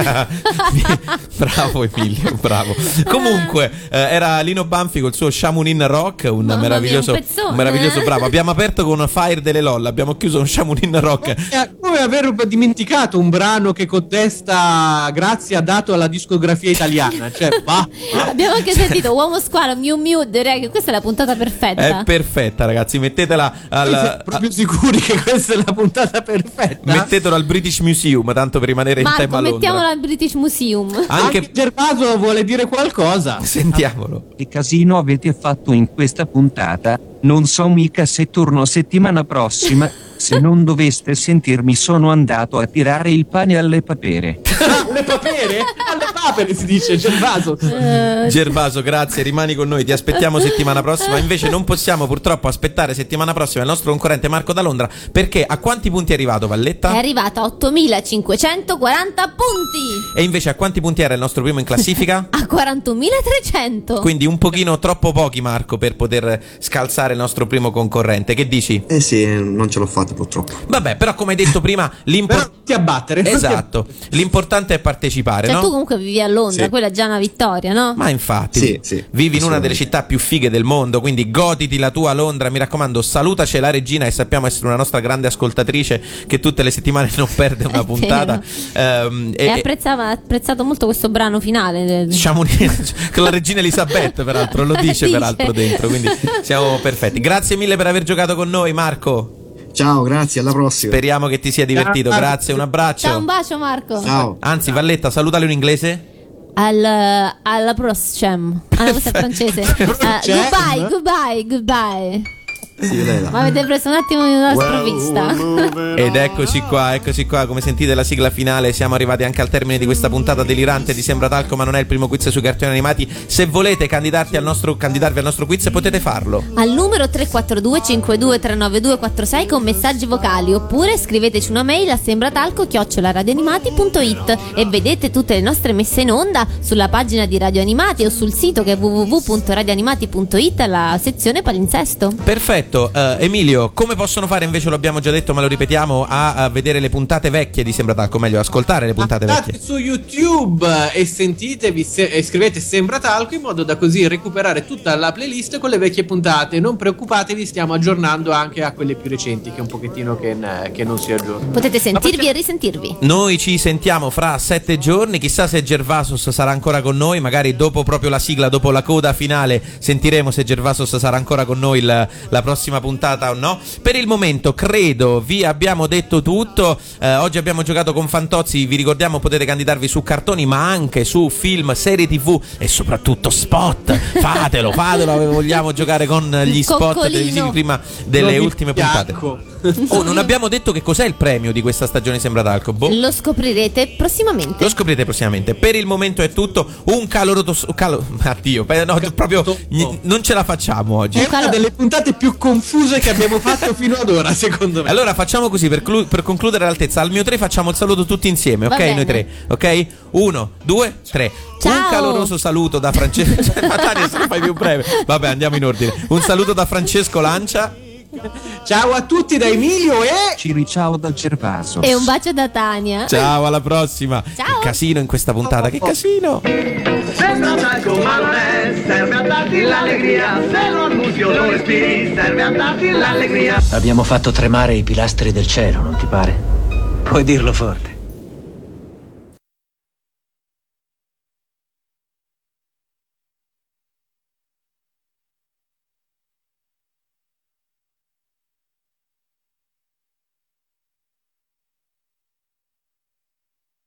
Bravo Emilio, bravo. Comunque eh, era Lino Banfi col suo Shamunin Rock, un Mamma meraviglioso mia, un pezzone, un meraviglioso eh? bravo. Abbiamo aperto con Fire delle LOL, abbiamo chiuso con Shamunin Rock. Come aver dimenticato un brano che Codesta Grazia ha dato alla discografia italiana, cioè va. Abbiamo anche sentito Uomo Squalo, Miu Miu, direi che questa è la puntata perfetta. È perfetta, ragazzi, mettetela al Siete proprio sicuri che questa è la puntata perfetta? mettetelo al British Museum, tanto per rimanere in Marco, tema Londra. mettiamola al British Museum. Anche, Anche Gervaso vuole dire qualcosa. Sentiamolo. Che casino avete fatto in questa puntata? Non so mica se torno settimana prossima. Se non doveste sentirmi, sono andato a tirare il pane alle papere. Alle papere? Alle papere si dice, Gervaso. Eh, Gervaso, grazie, rimani con noi, ti aspettiamo settimana prossima. Invece non possiamo purtroppo aspettare settimana prossima il nostro concorrente Marco da Londra, perché a quanti punti è arrivato, Valletta? È arrivato a ottomilacinquecentoquaranta punti. E invece a quanti punti era il nostro primo in classifica? A quarantunomilatrecento. Quindi un pochino troppo pochi, Marco, per poter scalzare il nostro primo concorrente. Che dici? Eh sì, non ce l'ho fatta purtroppo. Vabbè, però come hai detto prima, l'importante ti abbattere. Esatto. L'importante è partecipare, Cioè no? tu comunque vivi a Londra, Sì. quella è già una vittoria, no? Ma infatti, Sì, sì, vivi in una delle città più fighe del mondo, quindi goditi la tua Londra. Mi raccomando, salutaci la regina, e sappiamo essere una nostra grande ascoltatrice che tutte le settimane non perde una È puntata. Ehm, E e, apprezzava, ha apprezzato molto questo brano finale. Chamonix, con la regina Elisabetta, peraltro, lo dice, Dice. peraltro dentro, quindi siamo perfetti. Grazie mille per aver giocato con noi, Marco. Ciao, grazie, alla prossima. Speriamo che ti sia divertito. Ciao. Grazie, un abbraccio. Ciao, un bacio Marco. Ciao. Anzi, Valletta, salutalo in inglese. Al, alla prossima. Ah, questo è francese. Ah, goodbye, goodbye, goodbye. Si vede là. Ma avete preso un attimo di una sprovvista. Ed eccoci qua, eccoci qua, come sentite la sigla finale, siamo arrivati anche al termine di questa puntata delirante di Sembra Talco, ma non è il primo quiz sui cartoni animati. Se volete candidarti al nostro, candidarvi al nostro quiz potete farlo. Al numero tre quattro due cinque due tre nove due quattro sei con messaggi vocali, oppure scriveteci una mail a sembratalco chiocciola radioanimati punto it e vedete tutte le nostre messe in onda sulla pagina di Radio Animati o sul sito che è w w w punto radioanimati punto it alla sezione palinsesto. Perfetto. Uh, Emilio, come possono fare, invece lo abbiamo già detto ma lo ripetiamo, a, a vedere le puntate vecchie di Sembra Talco, meglio ascoltare le puntate Andate vecchie? su YouTube e sentitevi se- e scrivete Sembra Talco, in modo da così recuperare tutta la playlist con le vecchie puntate. Non preoccupatevi, stiamo aggiornando anche a quelle più recenti, che è un pochettino che, n- che non si aggiorna. Potete sentirvi e risentirvi. Noi ci sentiamo fra sette giorni, chissà se Gervasos sarà ancora con noi, magari dopo proprio la sigla, dopo la coda finale sentiremo se Gervasos sarà ancora con noi la, la prossima puntata o no. Per il momento credo vi abbiamo detto tutto. Eh, oggi abbiamo giocato con Fantozzi, vi ricordiamo potete candidarvi su cartoni ma anche su film, serie tv e soprattutto spot. Fatelo, fatelo, vogliamo giocare con gli spot Coccolino. televisivi prima delle Lo ultime fiacco. puntate. Oh, non abbiamo detto che cos'è il premio di questa stagione Sembra Talco. Boh. Lo scoprirete prossimamente. Lo scoprirete prossimamente. Per il momento è tutto. Un caloroso calo, addio, beh, no, proprio gn- non ce la facciamo oggi. È una delle puntate più confuse che abbiamo fatto fino ad ora, secondo me. Allora facciamo così, per, clu- per concludere all'altezza, al mio tre facciamo il saluto tutti insieme, Va ok? bene. Noi tre, ok? Uno, due, tre. Ciao. Un caloroso saluto da Francesco. Ma Tania, se lo fai più breve. Vabbè, andiamo in ordine. Un saluto da Francesco Lancia. Ciao a tutti da Emilio e Ciri, ciao dal Gervaso. E un bacio da Tania. Ciao, alla prossima. Ciao. Che casino in questa puntata, che casino. Sembra talco ma non è, serve a darti l'allegria, se lo annusi o lo respiri, serve a darti l'allegria. Abbiamo fatto tremare i pilastri del cielo, non ti pare? Puoi dirlo forte.